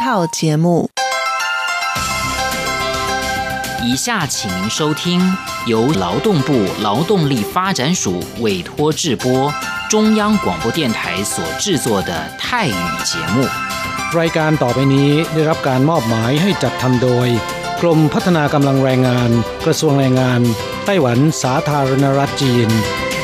号节目。 以下请您收听由劳动部劳动力发展署委托制播中央广播电台所制作的泰语节目。 รายการต่อไปนี้ได้รับการมอบหมายให้จัดทำโดยกรมพัฒนากำลังแรงงานกระทรวงแรงงานไต้หวันสาธารณรัฐจีน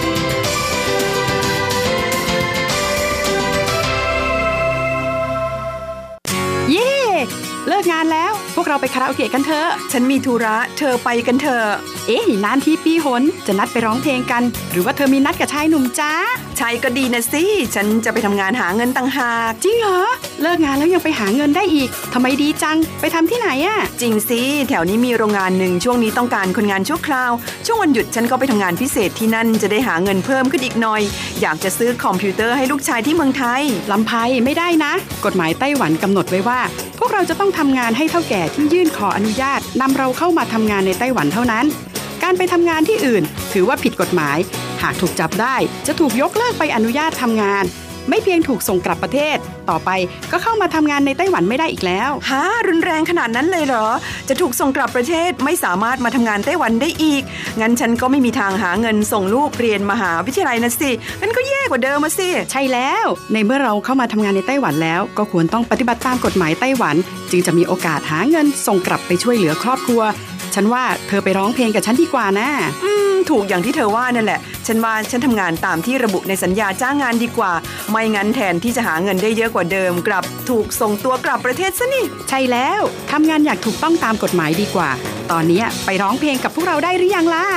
เย้เลิกงานแล้วพวกเราไปคาราโอเกะกันเถอะฉันมีธุระเธอไปกันเถอะนานทีปีหนจะนัดไปร้องเพลงกันหรือว่าเธอมีนัดกับชายหนุ่มจ้าชายก็ดีนะสิฉันจะไปทำงานหาเงินต่างหากจริงเหรอเลิกงานแล้วยังไปหาเงินได้อีกทำไมดีจังไปทำที่ไหนอะจริงสิแถวนี้มีโรงงานหนึ่งช่วงนี้ต้องการคนงานชั่วคราวช่วงวันหยุดฉันก็ไปทำงานพิเศษที่นั่นจะได้หาเงินเพิ่มขึ้นอีกหน่อยอยากจะซื้อคอมพิวเตอร์ให้ลูกชายที่เมืองไทยลำไพไม่ได้นะกฎหมายไต้หวันกำหนดไว้ว่าพวกเราจะต้องทำงานให้เฒ่าแก่ที่ยื่นขออนุญาตนำเราเข้ามาทำงานในไต้หวันเท่านั้นการไปทำงานที่อื่นถือว่าผิดกฎหมายหากถูกจับได้จะถูกยกเลิกใบอนุญาตทำงานไม่เพียงถูกส่งกลับประเทศต่อไปก็เข้ามาทำงานในไต้หวันไม่ได้อีกแล้วฮะรุนแรงขนาดนั้นเลยเหรอจะถูกส่งกลับประเทศไม่สามารถมาทำงานไต้หวันได้อีกงั้นฉันก็ไม่มีทางหาเงินส่งลูกเรียนมหาวิทยาลัยนะสิงั้นก็แย่กว่าเดิมมาสิใช่แล้วในเมื่อเราเข้ามาทำงานในไต้หวันแล้วก็ควรต้องปฏิบัติตามกฎหมายไต้หวันจึงจะมีโอกาสหาเงินส่งกลับไปช่วยเหลือครอบครัวฉันว่าเธอไปร้องเพลงกับฉันดีกว่านะถูกอย่างที่เธอว่านั่นแหละฉันว่าฉันทำงานตามที่ระบุในสัญญาจ้างงานดีกว่าไม่งั้นแทนที่จะหาเงินได้เยอะกว่าเดิมกลับถูกส่งตัวกลับประเทศซะนี่ใช่แล้วทำงานอย่างถูกต้องตามกฎหมายดีกว่าตอนนี้ไปร้องเพลงกับพวกเราได้หรือยังล่ะ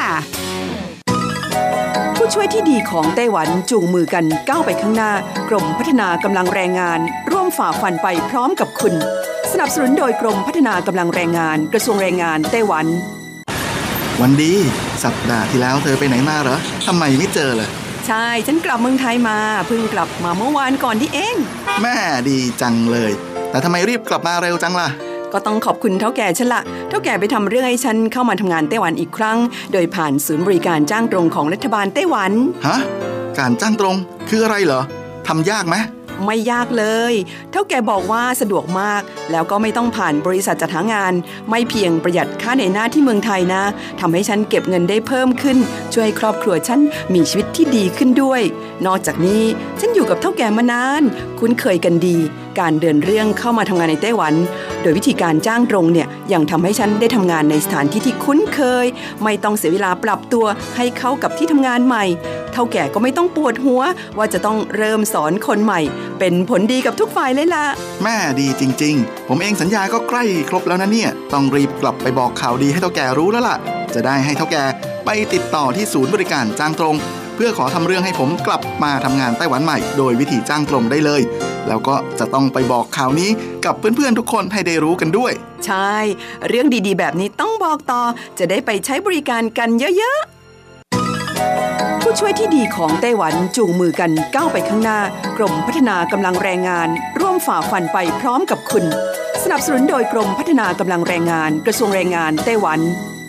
ผู้ช่วยที่ดีของไต้หวันจูงมือกันก้าวไปข้างหน้ากรมพัฒนากำลังแรงงานร่วมฝ่าฟันไปพร้อมกับคุณสนับสนุนโดยกรมพัฒนากำลังแรงงานกระทรวงแรงงานไต้หวันวันดีสัปดาห์ที่แล้วเธอไปไหนมาเหรอทำไมไม่เจอเลยใช่ฉันกลับเมืองไทยมาเพิ่งกลับมาเมื่อวานก่อนที่เองแม่ดีจังเลยแต่ทำไมรีบกลับมาเร็วจังล่ะก็ต้องขอบคุณเฒ่าแก่ฉันละเฒ่าแก่ไปทำเรื่องให้ฉันเข้ามาทำงานไต้หวันอีกครั้งโดยผ่านศูนย์บริการจ้างตรงของรัฐบาลไต้หวันฮะการจ้างตรงคืออะไรเหรอทำยากไหมไม่ยากเลยเฒ่าแก่บอกว่าสะดวกมากแล้วก็ไม่ต้องผ่านบริษัทจัดหางานไม่เพียงประหยัดค่าเหนื่อยหน้าที่เมืองไทยนะทำให้ฉันเก็บเงินได้เพิ่มขึ้นช่วยให้ครอบครัวฉันมีชีวิตที่ดีขึ้นด้วยนอกจากนี้ฉันอยู่กับเฒ่าแก่มานานคุ้นเคยกันดีการเดินเรื่องเข้ามาทำงานในไต้หวันโดยวิธีการจ้างตรงเนี่ยยังทำให้ฉันได้ทำงานในสถานที่ที่คุ้นเคยไม่ต้องเสียเวลาปรับตัวให้เข้ากับที่ทำงานใหม่เฒ่าแก่ก็ไม่ต้องปวดหัวว่าจะต้องเริ่มสอนคนใหม่เป็นผลดีกับทุกฝ่ายเลยล่ะแม่ดีจริงๆผมเองสัญญาก็ใกล้ครบแล้วนะเนี่ยต้องรีบกลับไปบอกข่าวดีให้เฒ่าแก่รู้แล้วล่ะจะได้ให้เฒ่าแก่ไปติดต่อที่ศูนย์บริการจ้างตรงเพื่อขอทำเรื่องให้ผมกลับมาทำงานไต้หวันใหม่โดยวิธีจ้างตรงได้เลยแล้วก็จะต้องไปบอกข่าวนี้กับเพื่อนๆทุกคนให้ได้รู้กันด้วยใช่เรื่องดีๆแบบนี้ต้องบอกต่อจะได้ไปใช้บริการกันเยอะๆผู้ช่วยที่ดีของไต้หวันจูงมือกันก้าวไปข้างหน้ากรมพัฒนากำลังแรงงานร่วมฝ่าฟันไปพร้อมกับคุณสนับสนุนโดยกรมพัฒนากำลังแรงงานกระทรวงแรงงานไต้หวัน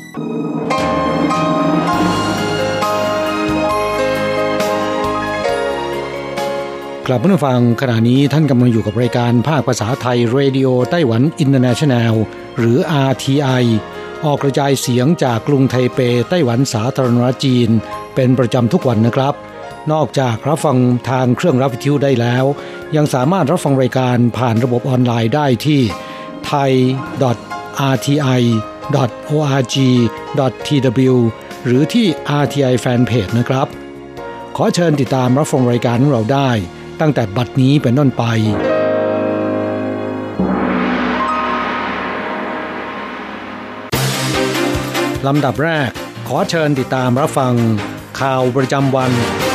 กลับมาฟังขณะนี้ท่านกำลังอยู่กับรายการภาคภาษาไทยเรดิโอไต้หวันอินเตอร์เนชั่นแนลหรือ RTI ออกกระจายเสียงจากกรุงไทเปไต้หวันสาธารณรัฐจีนเป็นประจำทุกวันนะครับนอกจากรับฟังทางเครื่องรับวิทยุได้แล้วยังสามารถรับฟังรายการผ่านระบบออนไลน์ได้ที่ thai.rti.org.tw หรือที่ RTI Fanpage นะครับขอเชิญติดตามรับฟังรายการของเราได้ตั้งแต่บัดนี้เป็นต้นไปลำดับแรกขอเชิญติดตามรับฟังข่าวประจำวัน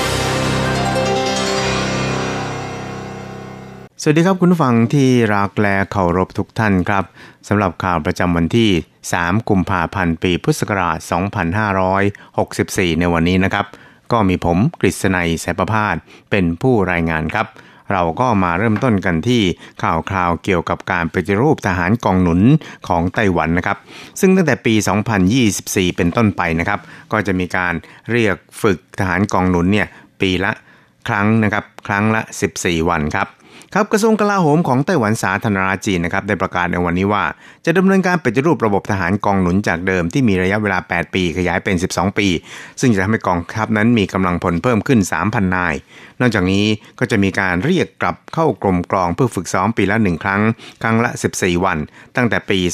สวัสดีครับคุณผู้ฟังที่รักและเคารพทุกท่านครับสำหรับข่าวประจำวันที่3กุมภาพันธ์ปีพุทธศักราช2564ในวันนี้นะครับก็มีผมกฤษณัยสายประภาสเป็นผู้รายงานครับเราก็มาเริ่มต้นกันที่ข่าวคราวเกี่ยวกับการปฏิรูปทหารกองหนุนของไต้หวันนะครับซึ่งตั้งแต่ปี 2024 เป็นต้นไปนะครับก็จะมีการเรียกฝึกทหารกองหนุนเนี่ยปีละครั้งนะครับครั้งละ14วันครับครับกระทรวงกลาโหมของไต้หวันสาธารณรัฐจีนนะครับได้ประกาศในวันนี้ว่าจะดำเนินการปฏิรูประบบทหารกองหนุนจากเดิมที่มีระยะเวลา8ปีขยายเป็น12ปีซึ่งจะทำให้กองทัพนั้นมีกำลังพลเพิ่มขึ้น 3,000 นายนอกจากนี้ก็จะมีการเรียกกลับเข้ากรมกลองเพื่อฝึกซ้อมปีละ1ครั้งครั้งละ14วันตั้งแต่ปี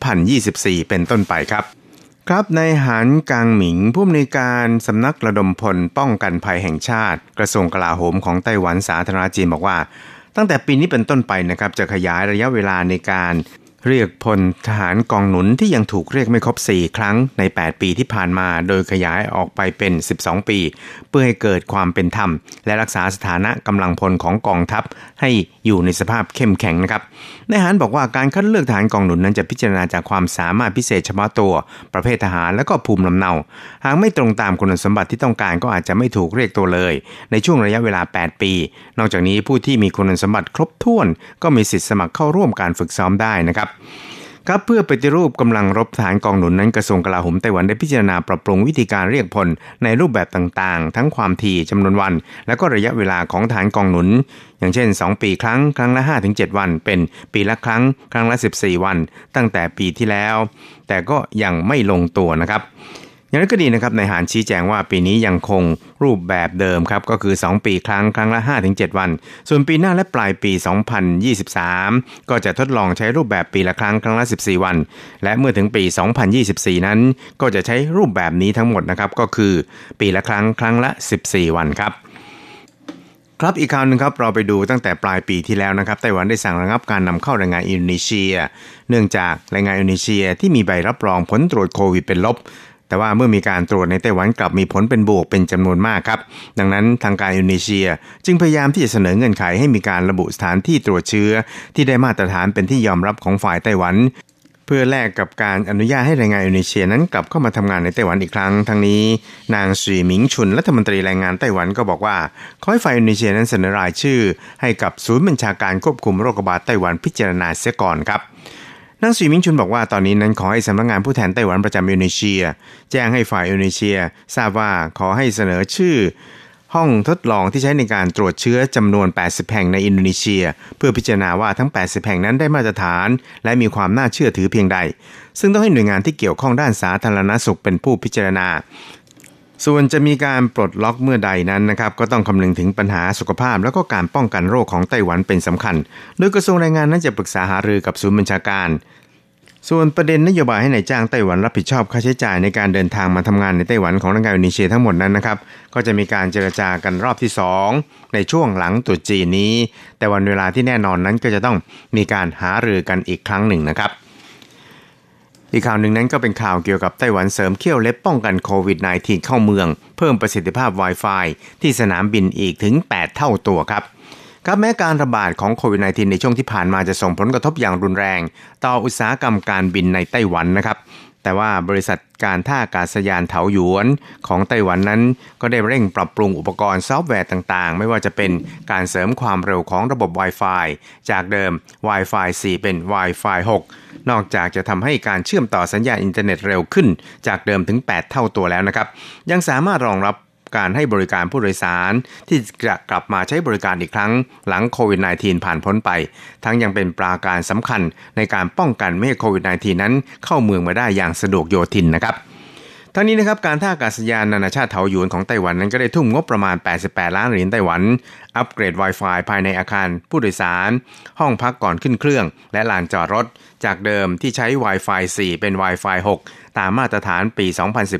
2024เป็นต้นไปครับนายหานกางหมิงผู้อำนวยการสำนักระดมพลป้องกันภัยแห่งชาติกระทรวงกลาโหมของไต้หวันสาธารณรัฐจีนบอกว่าตั้งแต่ปีนี้เป็นต้นไปนะครับจะขยายระยะเวลาในการเรียกพลทหารกองหนุนที่ยังถูกเรียกไม่ครบ4ครั้งใน8ปีที่ผ่านมาโดยขยายออกไปเป็น12ปีเพื่อให้เกิดความเป็นธรรมและรักษาสถานะกำลังพลของกองทัพให้อยู่ในสภาพเข้มแข็งนะครับนายหานบอกว่าการคัดเลือกทหารกองหนุนนั้นจะพิจารณาจากความสามารถพิเศษเฉพาะตัวประเภททหารและก็ภูมิลำเนาหากไม่ตรงตามคุณสมบัติที่ต้องการก็อาจจะไม่ถูกเรียกตัวเลยในช่วงระยะเวลา8ปีนอกจากนี้ผู้ที่มีคุณสมบัติครบถ้วนก็มีสิทธิสมัครเข้าร่วมการฝึกซ้อมได้นะครับเพื่อปฏิรูปกำลังรบทหารกองหนุนนั้นกระทรวงกลาโหมไต้หวันได้พิจารณาปรับปรุงวิธีการเรียกพลในรูปแบบต่างๆทั้งความถี่จำนวนวันและก็ระยะเวลาของทหารกองหนุนอย่างเช่น2ปีครั้งละ 5-7 วันเป็นปีละครั้งละ14วันตั้งแต่ปีที่แล้วแต่ก็ยังไม่ลงตัวนะครับอย่างนั้นก็ดีนะครับนายหานชี้แจงว่าปีนี้ยังคงรูปแบบเดิมครับก็คือ2ปีครั้งละ 5-7 วันส่วนปีหน้าและปลายปี2023ก็จะทดลองใช้รูปแบบปีละครั้งละ14วันและเมื่อถึงปี2024นั้นก็จะใช้รูปแบบนี้ทั้งหมดนะครับก็คือปีละครั้งละ14วันครับอีกข่าวนึงครับเราไปดูตั้งแต่ปลายปีที่แล้วนะครับไต้หวันได้สั่งระงับการนำเข้าแรงงานอินโดนีเซียเนื่องจากแรงงานอินโดนีเซียที่มีใบรับรองผลตรวจโควิดเป็นลบแต่ว่าเมื่อมีการตรวจในไต้หวันกลับมีผลเป็นบวกเป็นจำนวนมากครับดังนั้นทางการอินโดนีเซียจึงพยายามที่จะเสนอเงื่อนไขให้มีการระบุสถานที่ตรวจเชื้อที่ได้มาตรฐานเป็นที่ยอมรับของฝ่ายไต้หวันเพื่อแลกกับการอนุญาตให้แรงงานอินโดนีเซียนั้นกลับเข้ามาทำงานในไต้หวันอีกครั้งทั้งนี้นางสีหมิงชุนรัฐมนตรีแรงงานไต้หวันก็บอกว่าขอให้ฝ่ายอินโดนีเซียนั้นเสนอรายชื่อให้กับศูนย์บัญชาการควบคุมโรคระบาดไต้หวันพิจารณาเสียก่อนครับนางสีมิงชุนบอกว่าตอนนี้นั้นขอให้สำนักงานผู้แทนไต้หวันประจำอินโดนีเซียแจ้งให้ฝ่ายอินโดนีเซียทราบว่าขอให้เสนอชื่อห้องทดลองที่ใช้ในการตรวจเชื้อจำนวน80แห่งในอินโดนีเซียเพื่อพิจารณาว่าทั้ง80แห่งนั้นได้มาตรฐานและมีความน่าเชื่อถือเพียงใดซึ่งต้องให้หน่วยงานที่เกี่ยวข้องด้านสาธารณสุขเป็นผู้พิจารณาส่วนจะมีการปลดล็อกเมื่อใดนั้นนะครับก็ต้องคำนึงถึงปัญหาสุขภาพและก็การป้องกันโรคของไต้หวันเป็นสำคัญโดยกระทรวงแรงงานนั้นจะปรึกษาหารือกับศูนย์บัญชาการส่วนประเด็นนโยบายให้นายจ้างไต้หวันรับผิดชอบค่าใช้จ่ายในการเดินทางมาทำงานในไต้หวันของแรงงานอินโดนีเซียทั้งหมดนั้นนะครับก็จะมีการเจรจากันรอบที่2ในช่วงหลังตรุษจีนนี้แต่วันเวลาที่แน่นอนนั้นก็จะต้องมีการหารือกันอีกครั้งหนึ่งนะครับอีกข่าวหนึ่งนั้นก็เป็นข่าวเกี่ยวกับไต้หวันเสริมเขี้ยวเล็บป้องกันโควิด -19 เข้าเมืองเพิ่มประสิทธิภาพ Wi-Fi ที่สนามบินอีกถึง8เท่าตัวครับแม้การระบาดของโควิด -19 ในช่วงที่ผ่านมาจะส่งผลกระทบอย่างรุนแรงต่ออุตสาหกรรมการบินในไต้หวันนะครับแต่ว่าบริษัทการท่าอากาศยานเถาหยวนของไต้หวันนั้นก็ได้เร่งปรับปรุงอุปกรณ์ซอฟต์แวร์ต่างๆไม่ว่าจะเป็นการเสริมความเร็วของระบบ Wi-Fi จากเดิม Wi-Fi 4 เป็น Wi-Fi 6 นอกจากจะทำให้การเชื่อมต่อสัญญาณอินเทอร์เน็ตเร็วขึ้นจากเดิมถึง8เท่าตัวแล้วนะครับยังสามารถรองรับการให้บริการผู้โดยสารที่จะกลับมาใช้บริการอีกครั้งหลังโควิด -19 ผ่านพ้นไปทั้งยังเป็นปราการสำคัญในการป้องกันไม่ให้โควิด -19 นั้นเข้าเมืองมาได้อย่างสะดวกโยทินนะครับทั้งนี้นะครับการท่าอากาศยานนานาชาติเถาหยวนของไต้หวันนั้นก็ได้ทุ่มงบประมาณ88ล้านเหรียญไต้หวันอัปเกรด Wi-Fi ภายในอาคารผู้โดยสารห้องพักก่อนขึ้นเครื่องและลานจอดรถจากเดิมที่ใช้ Wi-Fi 4 เป็น Wi-Fi 6 ตามมาตรฐานปี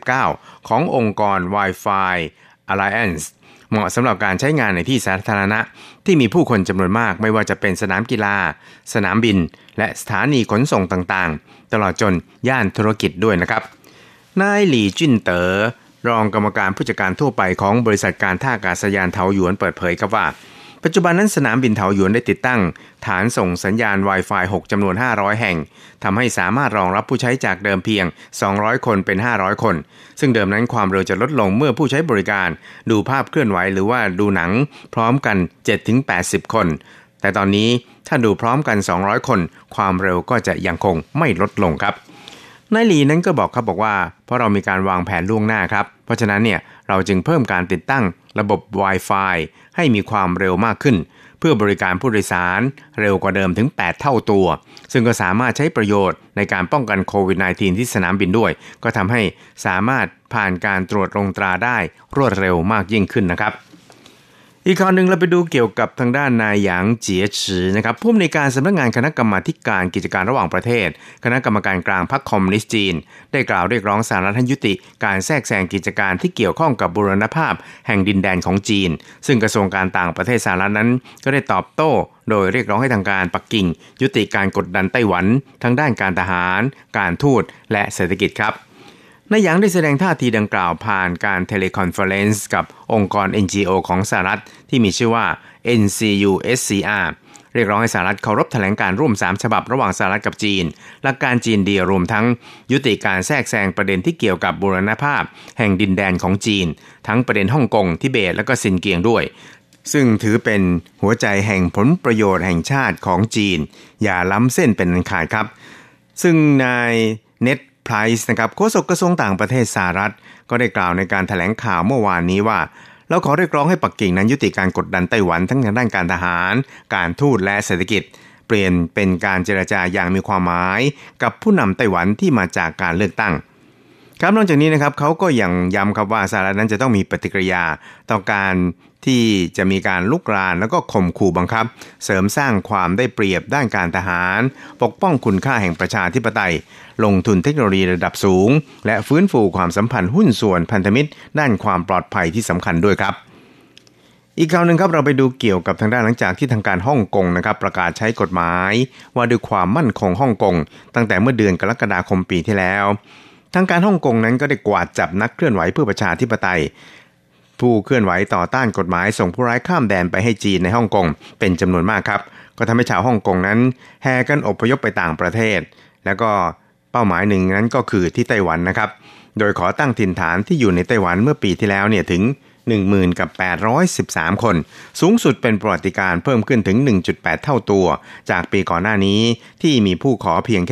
2019 ขององค์กร Wi-Fi Alliance เหมาะสำหรับการใช้งานในที่สาธารณะที่มีผู้คนจำนวนมากไม่ว่าจะเป็นสนามกีฬาสนามบินและสถานีขนส่งต่างๆตลอดจนย่านธุรกิจด้วยนะครับนายหลี่จิ้นเต๋อรองกรรมการผู้จัดการทั่วไปของบริษัทการท่าอากาศยานเถาหยวนเปิดเผยครับว่าปัจจุบันนั้นสนามบินเถาหยวนได้ติดตั้งฐานส่งสัญญาณ Wi-Fi 6 จำนวน500แห่งทำให้สามารถรองรับผู้ใช้จากเดิมเพียง200คนเป็น500คนซึ่งเดิมนั้นความเร็วจะลดลงเมื่อผู้ใช้บริการดูภาพเคลื่อนไหวหรือว่าดูหนังพร้อมกัน 7-80 คนแต่ตอนนี้ถ้าดูพร้อมกัน200คนความเร็วก็จะยังคงไม่ลดลงครับนายหลีนั้นก็บอกว่าเพราะเรามีการวางแผนล่วงหน้าครับเพราะฉะนั้นเนี่ยเราจึงเพิ่มการติดตั้งระบบ Wi-Fi ให้มีความเร็วมากขึ้นเพื่อบริการผู้โดยสารเร็วกว่าเดิมถึง8เท่าตัวซึ่งก็สามารถใช้ประโยชน์ในการป้องกันโควิด -19 ที่สนามบินด้วยก็ทำให้สามารถผ่านการตรวจลงตราได้รวดเร็วมากยิ่งขึ้นนะครับอีกข่าวหนึ่งเราไปดูเกี่ยวกับทางด้านนายหยางเจี๋ยฉือนะครับผู้อำนวยการสำนักงานคณะกรรมาการกิจการระหว่างประเทศคณะกรรมการกลางพรรคคอมมิวนิสต์จีนได้กล่าวเรียกร้องสหรัฐให้ยุติการแทรกแซงกิจการที่เกี่ยวข้องกับบูรณภาพแห่งดินแดนของจีนซึ่งกระทรวงการต่างประเทศสหรัฐนั้นก็ได้ตอบโต้โดยเรียกร้องให้ทางการปักกิ่งยุติการกดดันไต้หวันทั้งด้านการทหารการทูตและเศรษฐกิจครับนายหยางได้แสดงท่าทีดังกล่าวผ่านการเทเลคอนเฟอเรนซ์กับองค์กร NGO ของสหรัฐที่มีชื่อว่า NCUSCR เรียกร้องให้สหรัฐเคารพแถลงการร่วม3ฉบับระหว่างสหรัฐกับจีนหลักการจีนเดียวรวมทั้งยุติการแทรกแซงประเด็นที่เกี่ยวกับบูรณภาพแห่งดินแดนของจีนทั้งประเด็นฮ่องกงทิเบตและก็ซินเกียงด้วยซึ่งถือเป็นหัวใจแห่งผลประโยชน์แห่งชาติของจีนอย่าล้ำเส้นเป็นอันขาดครับซึ่งนายเน็ตไพรส์นะครับโฆษกกระทรวงต่างประเทศสหรัฐก็ได้กล่าวในการแถลงข่าวเมื่อวานนี้ว่าเราขอเรียกร้องให้ปักกิ่งนั้นยุติการกดดันไต้หวันทั้งทางด้านการทหารการทูตและเศรษฐกิจเปลี่ยนเป็นการเจรจาอย่างมีความหมายกับผู้นำไต้หวันที่มาจากการเลือกตั้งครับนอกจากนี้นะครับเขาก็ยังย้ำครับว่าสหรัฐนั้นจะต้องมีปฏิกิริยาต่อการที่จะมีการลุกรานแล้วก็ข่มขู่บังคับเสริมสร้างความได้เปรียบด้านการทหารปกป้องคุณค่าแห่งประชาธิปไตยลงทุนเทคโนโลยีระดับสูงและฟื้นฟูความสัมพันธ์หุ้นส่วนพันธมิตรด้านความปลอดภัยที่สำคัญด้วยครับอีกข่าวนึงครับเราไปดูเกี่ยวกับทางด้านหลังจากที่ทางการฮ่องกงนะครับประกาศใช้กฎหมายว่าด้วยความมั่นคงฮ่องกงตั้งแต่เมื่อเดือนกรกฎาคมปีที่แล้วทางการฮ่องกงนั้นก็ได้กวาดจับนักเคลื่อนไหวเพื่อประชาธิปไตยผู้เคลื่อนไหวต่อต้านกฎหมายส่งผู้ร้ายข้ามแดนไปให้จีนในฮ่องกงเป็นจำนวนมากครับก็ทำให้ชาวฮ่องกงนั้นแห่กันอพยพไปต่างประเทศแล้วก็เป้าหมายหนึ่งนั้นก็คือที่ไต้หวันนะครับโดยขอตั้งถิ่นฐานที่อยู่ในไต้หวันเมื่อปีที่แล้วเนี่ยถึง 10,813 คนสูงสุดเป็นประวัติการณ์เพิ่มขึ้นถึง 1.8 เท่าตัวจากปีก่อนหน้านี้ที่มีผู้ขอเพียงแค่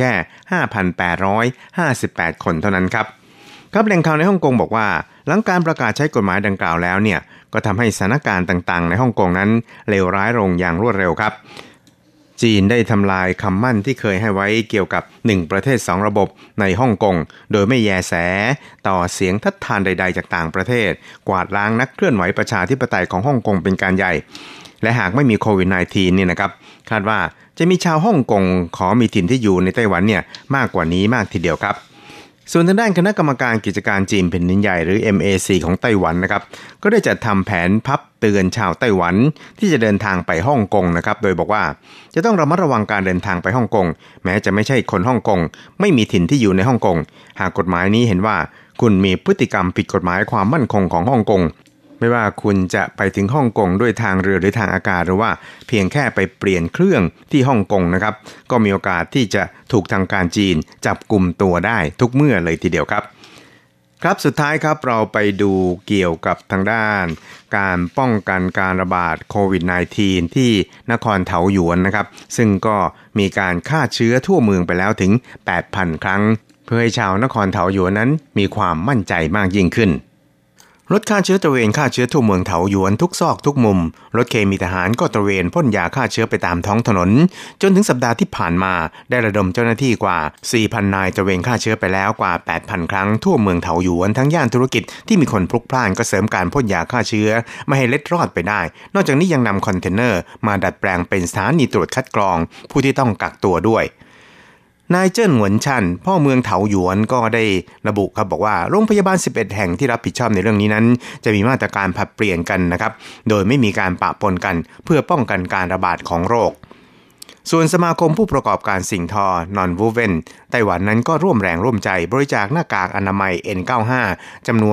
5,858 คนเท่านั้นครับแหล่งข่าวในฮ่องกงบอกว่าหลังการประกาศใช้กฎหมายดังกล่าวแล้วเนี่ยก็ทำให้สถานการณ์ต่างๆในฮ่องกงนั้นเลวร้ายลงอย่างรวดเร็วครับจีนได้ทำลายคำมั่นที่เคยให้ไว้เกี่ยวกับ1ประเทศ2ระบบในฮ่องกงโดยไม่แยแสต่อเสียงทัดทานใดๆจากต่างประเทศกวาดล้างนักเคลื่อนไหวประชาธิปไตยของฮ่องกงเป็นการใหญ่และหากไม่มีโควิด -19 เนี่ยนะครับคาดว่าจะมีชาวฮ่องกงขอมีถิ่นที่อยู่ในไต้หวันเนี่ยมากกว่านี้มากทีเดียวครับส่วนทางด้านคณะกรรมการกิจการจีนแผ่นดินใหญ่หรือ MAC ของไต้หวันนะครับก็ได้จัดทำแผนพับเตือนชาวไต้หวันที่จะเดินทางไปฮ่องกงนะครับโดยบอกว่าจะต้องระมัดระวังการเดินทางไปฮ่องกงแม้จะไม่ใช่คนฮ่องกงไม่มีถิ่นที่อยู่ในฮ่องกงหากกฎหมายนี้เห็นว่าคุณมีพฤติกรรมผิดกฎหมายความมั่นคงของฮ่องกงไม่ว่าคุณจะไปถึงฮ่องกงด้วยทางเรือหรือทางอากาศหรือว่าเพียงแค่ไปเปลี่ยนเครื่องที่ฮ่องกงนะครับก็มีโอกาสที่จะถูกทางการจีนจับกุมตัวได้ทุกเมื่อเลยทีเดียวครับสุดท้ายครับเราไปดูเกี่ยวกับทางด้านการป้องกันการระบาดโควิด -19 ที่นครเถาหยวนนะครับซึ่งก็มีการฆ่าเชื้อทั่วเมืองไปแล้วถึง 8,000 ครั้งเพื่อให้ชาวนครเถาหยวนนั้นมีความมั่นใจมากยิ่งขึ้นรถฆ่าเชื้อตระเวนฆ่าเชื้อทั่วเมืองเถาหยวนทุกซอกทุกมุมรถเคมีทหารก็ตระเวนพ่นยาฆ่าเชื้อไปตามท้องถนนจนถึงสัปดาห์ที่ผ่านมาได้ระดมเจ้าหน้าที่กว่า 4,000 นายตระเวนฆ่าเชื้อไปแล้วกว่า 8,000 ครั้งทั่วเมืองเถาหยวนทั้งย่านธุรกิจที่มีคนพลุกพล่านก็เสริมการพ่นยาฆ่าเชื้อไม่ให้เล็ดรอดไปได้นอกจากนี้ยังนำคอนเทนเนอร์มาดัดแปลงเป็นสถานีตรวจคัดกรองผู้ที่ต้องกักตัวด้วยนายเจิ้นหวนชันพ่อเมืองเถาหยวนก็ได้ระบุครับบอกว่าโรงพยาบาล11แห่งที่รับผิดชอบในเรื่องนี้นั้นจะมีมาตรการผลัดเปลี่ยนกันนะครับโดยไม่มีการปะปนกันเพื่อป้องกันการระบาดของโรคส่วนสมาคมผู้ประกอบการสิ่งทอนอนวูเวนไต้หวันนั้นก็ร่วมแรงร่วมใจบริจาคหน้ากากอนามัย N95 จำนวน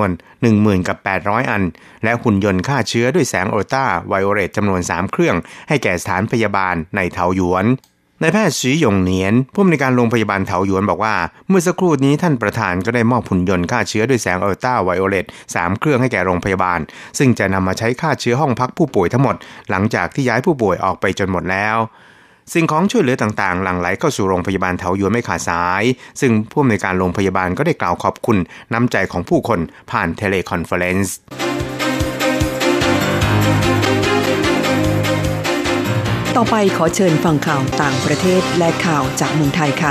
10,800 อันและหุ่นยนต์ฆ่าเชื้อด้วยแสงอัลตราไวโอเลตจำนวน3เครื่องให้แก่สถานพยาบาลในเถาหยวนนายแพทย์สีหยงเหนียนผู้อำนวยการโรงพยาบาลเถาหยวนบอกว่าเมื่อสักครู่นี้ท่านประธานก็ได้มอบหุ่นยนต์ฆ่าเชื้อด้วยแสงอัลตราไวโอเลต3เครื่องให้แก่โรงพยาบาลซึ่งจะนำมาใช้ฆ่าเชื้อห้องพักผู้ป่วยทั้งหมดหลังจากที่ย้ายผู้ป่วยออกไปจนหมดแล้วสิ่งของช่วยเหลือต่างๆหลั่งไหลเข้าสู่โรงพยาบาลเถาหยวนไม่ขาดสายซึ่งผู้อำนวยการโรงพยาบาลก็ได้กล่าวขอบคุณน้ำใจของผู้คนผ่านเทเลคอนเฟอเรนซ์ต่อไปขอเชิญฟังข่าวต่างประเทศและข่าวจากเมืองไทยค่ะ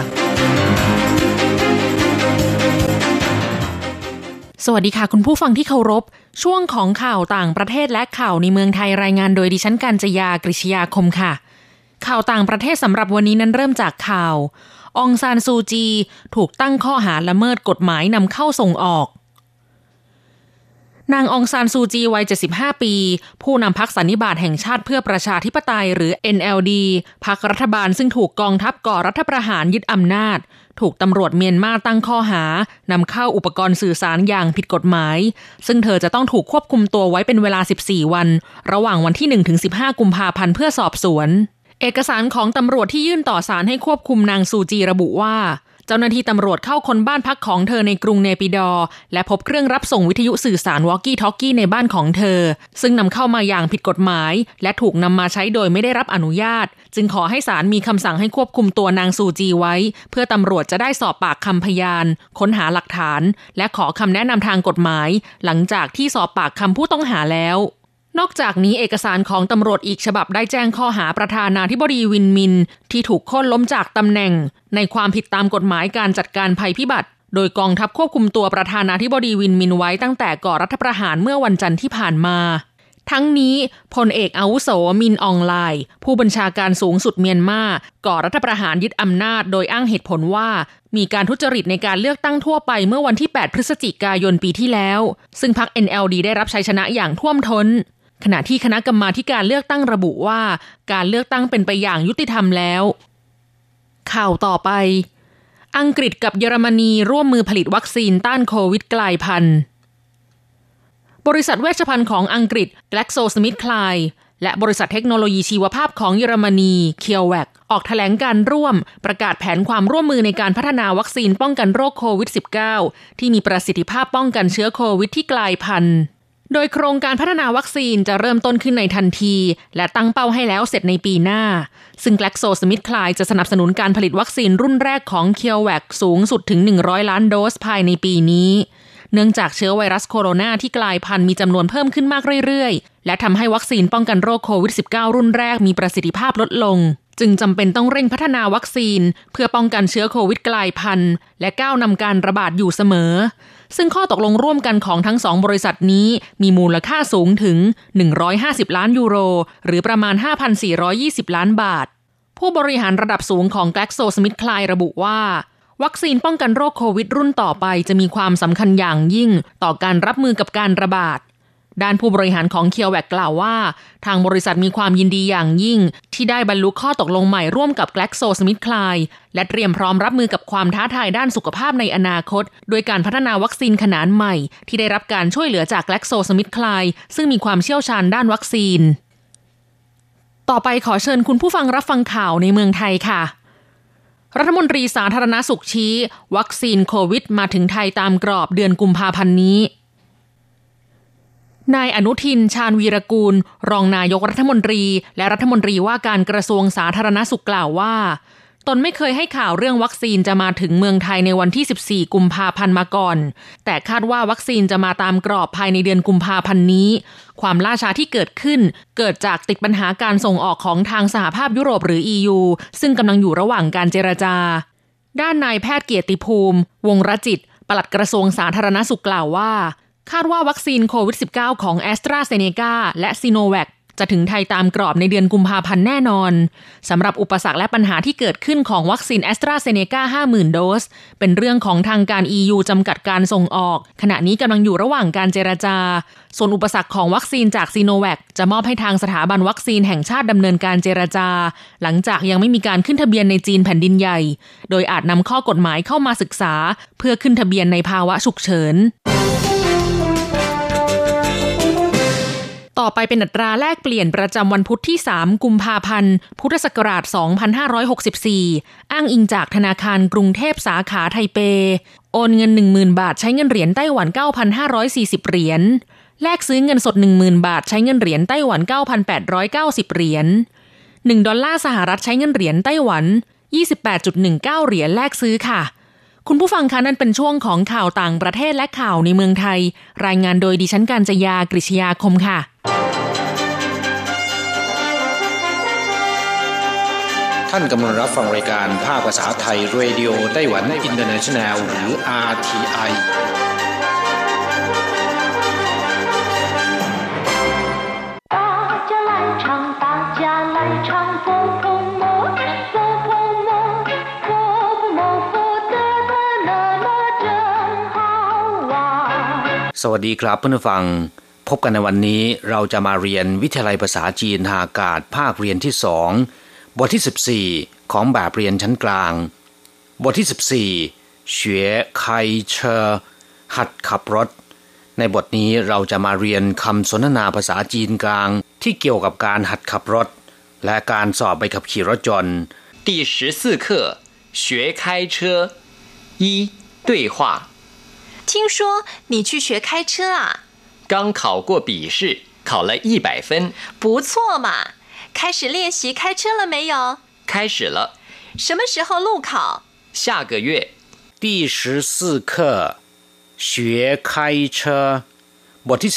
สวัสดีค่ะคุณผู้ฟังที่เคารพช่วงของข่าวต่างประเทศและข่าวในเมืองไทยรายงานโดยดิฉันกัญจยากฤษยาคมค่ะข่าวต่างประเทศสำหรับวันนี้นั้นเริ่มจากข่าวองซานซูจีถูกตั้งข้อหาละเมิดกฎหมายนำเข้าส่งออกนางองซานซูจีวัย75ปีผู้นำพรรคสันนิบาตแห่งชาติเพื่อประชาธิปไตยหรือ NLD พรรครัฐบาลซึ่งถูกกองทัพก่อรัฐประหารยึดอำนาจถูกตำรวจเมียนมาตั้งข้อหานำเข้าอุปกรณ์สื่อสารอย่างผิดกฎหมายซึ่งเธอจะต้องถูกควบคุมตัวไว้เป็นเวลา14วันระหว่างวันที่ 1-15 กุมภาพันธ์เพื่อสอบสวนเอกสารของตำรวจที่ยื่นต่อศาลให้ควบคุมนางซูจีระบุว่าเจ้าหน้าที่ตำรวจเข้าค้นบ้านพักของเธอในกรุงเนปิดอร์และพบเครื่องรับส่งวิทยุสื่อสารวอลกี้ทอลกี้ในบ้านของเธอซึ่งนำเข้ามาอย่างผิดกฎหมายและถูกนำมาใช้โดยไม่ได้รับอนุญาตจึงขอให้ศาลมีคำสั่งให้ควบคุมตัวนางซูจีไว้เพื่อตำรวจจะได้สอบปากคำพยานค้นหาหลักฐานและขอคำแนะนำทางกฎหมายหลังจากที่สอบปากคำผู้ต้องหาแล้วนอกจากนี้เอกสารของตำรวจอีกฉบับได้แจ้งข้อหาประธานาธิบดีวินมินที่ถูกโค่นล้มจากตำแหน่งในความผิดตามกฎหมายการจัดการภัยพิบัติโดยกองทัพควบคุมตัวประธานาธิบดีวินมินไว้ตั้งแต่ก่อรัฐประหารเมื่อวันจันทร์ที่ผ่านมาทั้งนี้พลเอกอาวุโสมินอองไลน์ผู้บัญชาการสูงสุดเมียนมาก่อรัฐประหารยึดอำนาจโดยอ้างเหตุผลว่ามีการทุจริตในการเลือกตั้งทั่วไปเมื่อวันที่8พฤศจิกายนปีที่แล้วซึ่งพรรค NLD ได้รับชัยชนะอย่างท่วมท้นขณะที่คณะกรรมาธิการเลือกตั้งระบุว่าการเลือกตั้งเป็นไปอย่างยุติธรรมแล้วข่าวต่อไปอังกฤษกับเยอรมนีร่วมมือผลิตวัคซีนต้านโควิดกลายพันธุ์บริษัทเวชภัณฑ์ของอังกฤษ GlaxoSmithKline และบริษัทเทคโนโลยีชีวภาพของเยอรมนี CureVac ออกแถลงการร่วมประกาศแผนความร่วมมือในการพัฒนาวัคซีนป้องกันโรคโควิด -19 ที่มีประสิทธิภาพป้องกันเชื้อโควิดที่กลายพันธุ์โดยโครงการพัฒนาวัคซีนจะเริ่มต้นขึ้นในทันทีและตั้งเป้าให้แล้วเสร็จในปีหน้าซึ่ง GlaxoSmithKline จะสนับสนุนการผลิตวัคซีนรุ่นแรกของ CureVac สูงสุดถึง100ล้านโดสภายในปีนี้เนื่องจากเชื้อไวรัสโคโรนาที่กลายพันธุ์มีจำนวนเพิ่มขึ้นมากเรื่อยๆและทำให้วัคซีนป้องกันโรคโควิด -19 รุ่นแรกมีประสิทธิภาพลดลงจึงจำเป็นต้องเร่งพัฒนาวัคซีนเพื่อป้องกันเชื้อโควิดกลายพันธุ์และก้าวนำการระบาดอยู่เสมอซึ่งข้อตกลงร่วมกันของทั้ง2บริษัทนี้มีมูลค่าสูงถึง150ล้านยูโรหรือประมาณ 5,420 ล้านบาทผู้บริหารระดับสูงของ GlaxoSmithKline ระบุว่าวัคซีนป้องกันโรคโควิดรุ่นต่อไปจะมีความสำคัญอย่างยิ่งต่อการรับมือกับการระบาดด้านผู้บริหารของ CureVac กล่าวว่าทางบริษัทมีความยินดีอย่างยิ่งที่ได้บรรลุข้อตกลงใหม่ร่วมกับ GlaxoSmithKline และเตรียมพร้อมรับมือกับความท้าทายด้านสุขภาพในอนาคตโดยการพัฒนาวัคซีนขนาดใหม่ที่ได้รับการช่วยเหลือจาก GlaxoSmithKline ซึ่งมีความเชี่ยวชาญด้านวัคซีนต่อไปขอเชิญคุณผู้ฟังรับฟังข่าวในเมืองไทยค่ะรัฐมนตรีสาธารณสุขชี้วัคซีนโควิดมาถึงไทยตามกรอบเดือนกุมภาพันธ์นี้นายอนุทินชาญวีรกูลรองนายกรัฐมนตรีและรัฐมนตรีว่าการกระทรวงสาธารณสุขกล่าวว่าตนไม่เคยให้ข่าวเรื่องวัคซีนจะมาถึงเมืองไทยในวันที่14กุมภาพันธ์มาก่อนแต่คาดว่าวัคซีนจะมาตามกรอบภายในเดือนกุมภาพันธ์นี้ความล่าช้าที่เกิดขึ้นเกิดจากติดปัญหาการส่งออกของทางสหภาพยุโรปหรือ EU ซึ่งกำลังอยู่ระหว่างการเจรจาด้านนายแพทย์เกียรติภูมิวงศ์รจิตปลัดกระทรวงสาธารณสุขกล่าวว่าคาดว่าวัคซีนโควิด -19 ของ AstraZeneca และ Sinovac จะถึงไทยตามกรอบในเดือนกุมภาพันธ์แน่นอนสำหรับอุปสรรคและปัญหาที่เกิดขึ้นของวัคซีน AstraZeneca 50,000 โดสเป็นเรื่องของทางการ EU จำกัดการส่งออกขณะนี้กำลังอยู่ระหว่างการเจรจาส่วนอุปสรรคของวัคซีนจาก Sinovac จะมอบให้ทางสถาบันวัคซีนแห่งชาติดำเนินการเจรจาหลังจากยังไม่มีการขึ้นทะเบียนในจีนแผ่นดินใหญ่โดยอาจนำข้อกฎหมายเข้ามาศึกษาเพื่อขึ้นทะเบียนในภาวะฉุกเฉินต่อไปเป็นอัตราแลกเปลี่ยนประจำวันพุธที่3กุมภาพันธ์พุทธศักราช2564อ้างอิงจากธนาคารกรุงเทพสาขาไทเปโอนเงิน 10,000 บาทใช้เงินเหรียญไต้หวัน 9,540 เหรียญแลกซื้อเงินสด 10,000 บาทใช้เงินเหรียญไต้หวัน 9,890 เหรียญ1ดอลลาร์สหรัฐใช้เงินเหรียญไต้หวัน 28.19 เหรียญแลกซื้อค่ะคุณผู้ฟังคะนั่นเป็นช่วงของข่าวต่างประเทศและข่าวในเมืองไทยรายงานโดยดิฉันกัญจยากฤษยาคมค่ะท่านกำลังรับฟังรายการภาคภาษาไทยเรดิโอไต้หวันอินเตอร์เนชั่นแนลหรือ RTIสวัสดีครับเพื่อนผู้ฟังพบกันในวันนี้เราจะมาเรียนวิทยาลัยภาษาจีนทางอากาศภาคเรียนที่2บทที่14ของแบบเรียนชั้นกลางบทที่14学开车หัดขับรถในบทนี้เราจะมาเรียนคำสนทนาภาษาจีนกลางที่เกี่ยวกับการหัดขับรถและการสอบใบขับขี่รถยนต์第14课学开车一对话听说你去学开车啊？ 刚考过笔试，考了100分。 不错嘛！开始练习开车了没有？ 开始了。 什么时候路考？ 下个月。 第14课学开车บทที่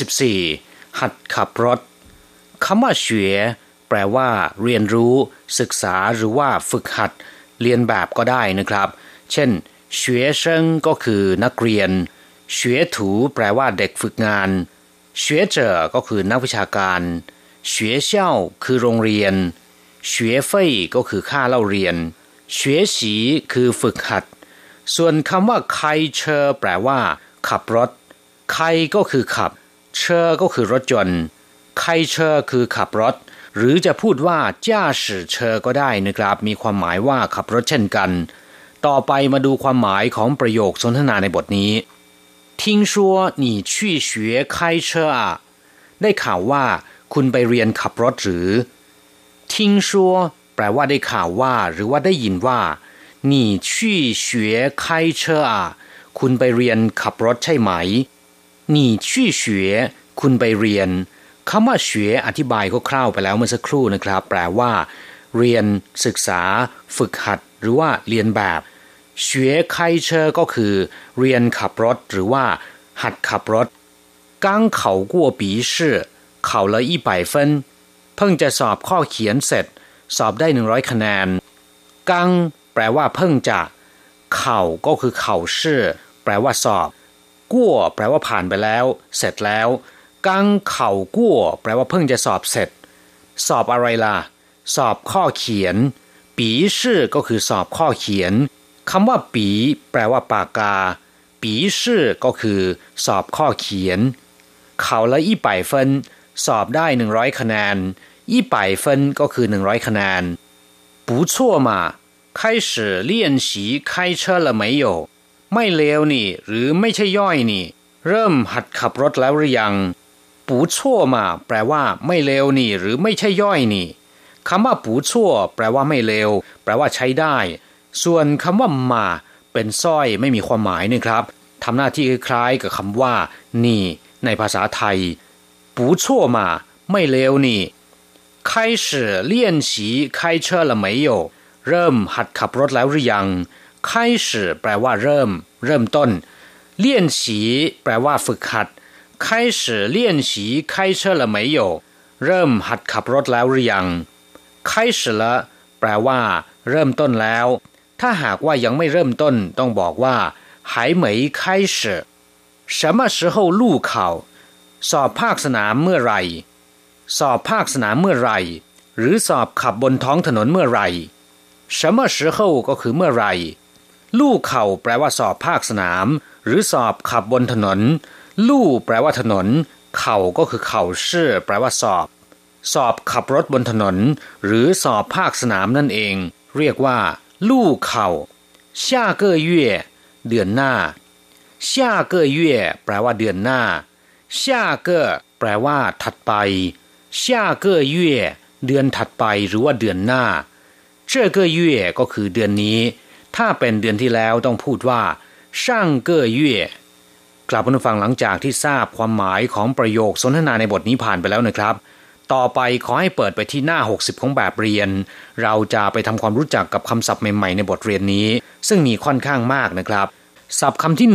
14หัดขับรถคำว่า学แปลว่าเรียนรู้ศึกษาหรือว่าฝึกหัดเรียนแบบก็ได้นะครับเช่น学生ก็คือนักเรียน学徒แปลว่าเด็กฝึกงาน学者ก็คือนักวิชาการ学校คือโรงเรียน学费ก็คือค่าเล่าเรียน学习คือฝึกหัดส่วนคำว่า开车แปลว่าขับรถ开ก็คือขับ车ก็คือรถยนต์开车คือขับรถหรือจะพูดว่า驾驶车ก็ได้นะครับมีความหมายว่าขับรถเช่นกันต่อไปมาดูความหมายของประโยคสนทนาในบทนี้听说你去学开车啊ได้ข่าวว่าคุณไปเรียนขับรถหรือ听说แปลว่าได้ข่าวว่าหรือว่าได้ยินว่า你去学开车啊คุณไปเรียนขับรถใช่ไหม你去学คุณไปเรียนคำว่า学อธิบายคร่าวๆไปแล้วเมื่อสักครู่นะครับแปลว่าเรียนศึกษาฝึกหัดหรือว่าเรียนแบบ学开车ก็คือเรียนขับรถหรือว่าหัดขับรถ刚考过笔试考了100分เพิ่งจะสอบข้อเขียนเสร็จสอบได้100คะแนนกังแปลว่าเพิ่งจะเข่าก็คือเข่าชื่อแปลว่าสอบกั่วแปลว่าผ่านไปแล้วเสร็จแล้วกังเข่ากั่วแปลว่าเพิ่งจะสอบเสร็จสอบอะไรล่ะสอบข้อเขียนปีชื่อก็คือสอบข้อเขียนคำว่าปีแปลว่าปากกาปีชื่อก็คือสอบข้อเขียนเขาละ100分สอบได้100คะแนน100分ก็คือ100คะแนน不错嘛开始练习开车了没有ไม่เลวนี่หรือไม่ใช่ย่อยนี่เริ่มหัดขับรถแล้วหรือยัง不错嘛แปลว่าไม่เลวนี่หรือไม่ใช่ย่อยนี่คำว่า不错แปลว่าไม่เลวแปลว่าใช้ได้ส่วนคำว่ามาเป็นสร้อยไม่มีความหมายนะครับทำหน้าที่คล้ายๆกับคำว่านี่ในภาษาไทย不错嘛ไม่เลวนี่开始练习开车了没有เริ่มหัดขับรถแล้วหรือยัง开始แปลว่าเริ่มต้น练习แปลว่าฝึกหัด开始练习开车了没有เริ่มหัดขับรถแล้วหรือยัง开始了แปลว่าเริ่มต้นแล้วถ้าหากว่ายังไม่เริ่มต้นต้องบอกว่า还没开始什么时候路考สอบภาคสนามเมื่อไหร่สอบภาคสนามเมื่อไหร่หรือสอบขับบนท้องถนนเมื่อไหร่什么时候ก็คือเมื่อไหร่ลู่เข่าแปลว่าสอบภาคสนามหรือสอบขับบนถนนลู่แปลว่าถนนเข่าก็คือเข่าชื่อแปลว่าสอบขับรถบนถนนหรือสอบภาคสนามนั่นเองเรียกว่าลู่เข่า下个月เดือนหน้า下个月แปลว่าเดือนหน้า下个แปลว่าถัดไป下个月เดือนถัดไปหรือว่าเดือนหน้า这个月ก็คือเดือนนี้ถ้าเป็นเดือนที่แล้วต้องพูดว่า上个月กลับมาฟังหลังจากที่ทราบความหมายของประโยคสนทนาในบทนี้ผ่านไปแล้วนะครับต่อไปขอให้เปิดไปที่หน้า60ของแบบเรียนเราจะไปทำความรู้จักกับคำศัพท์ใหม่ๆในบทเรียนนี้ซึ่งมีค่อนข้างมากนะครับศัพท์คำที่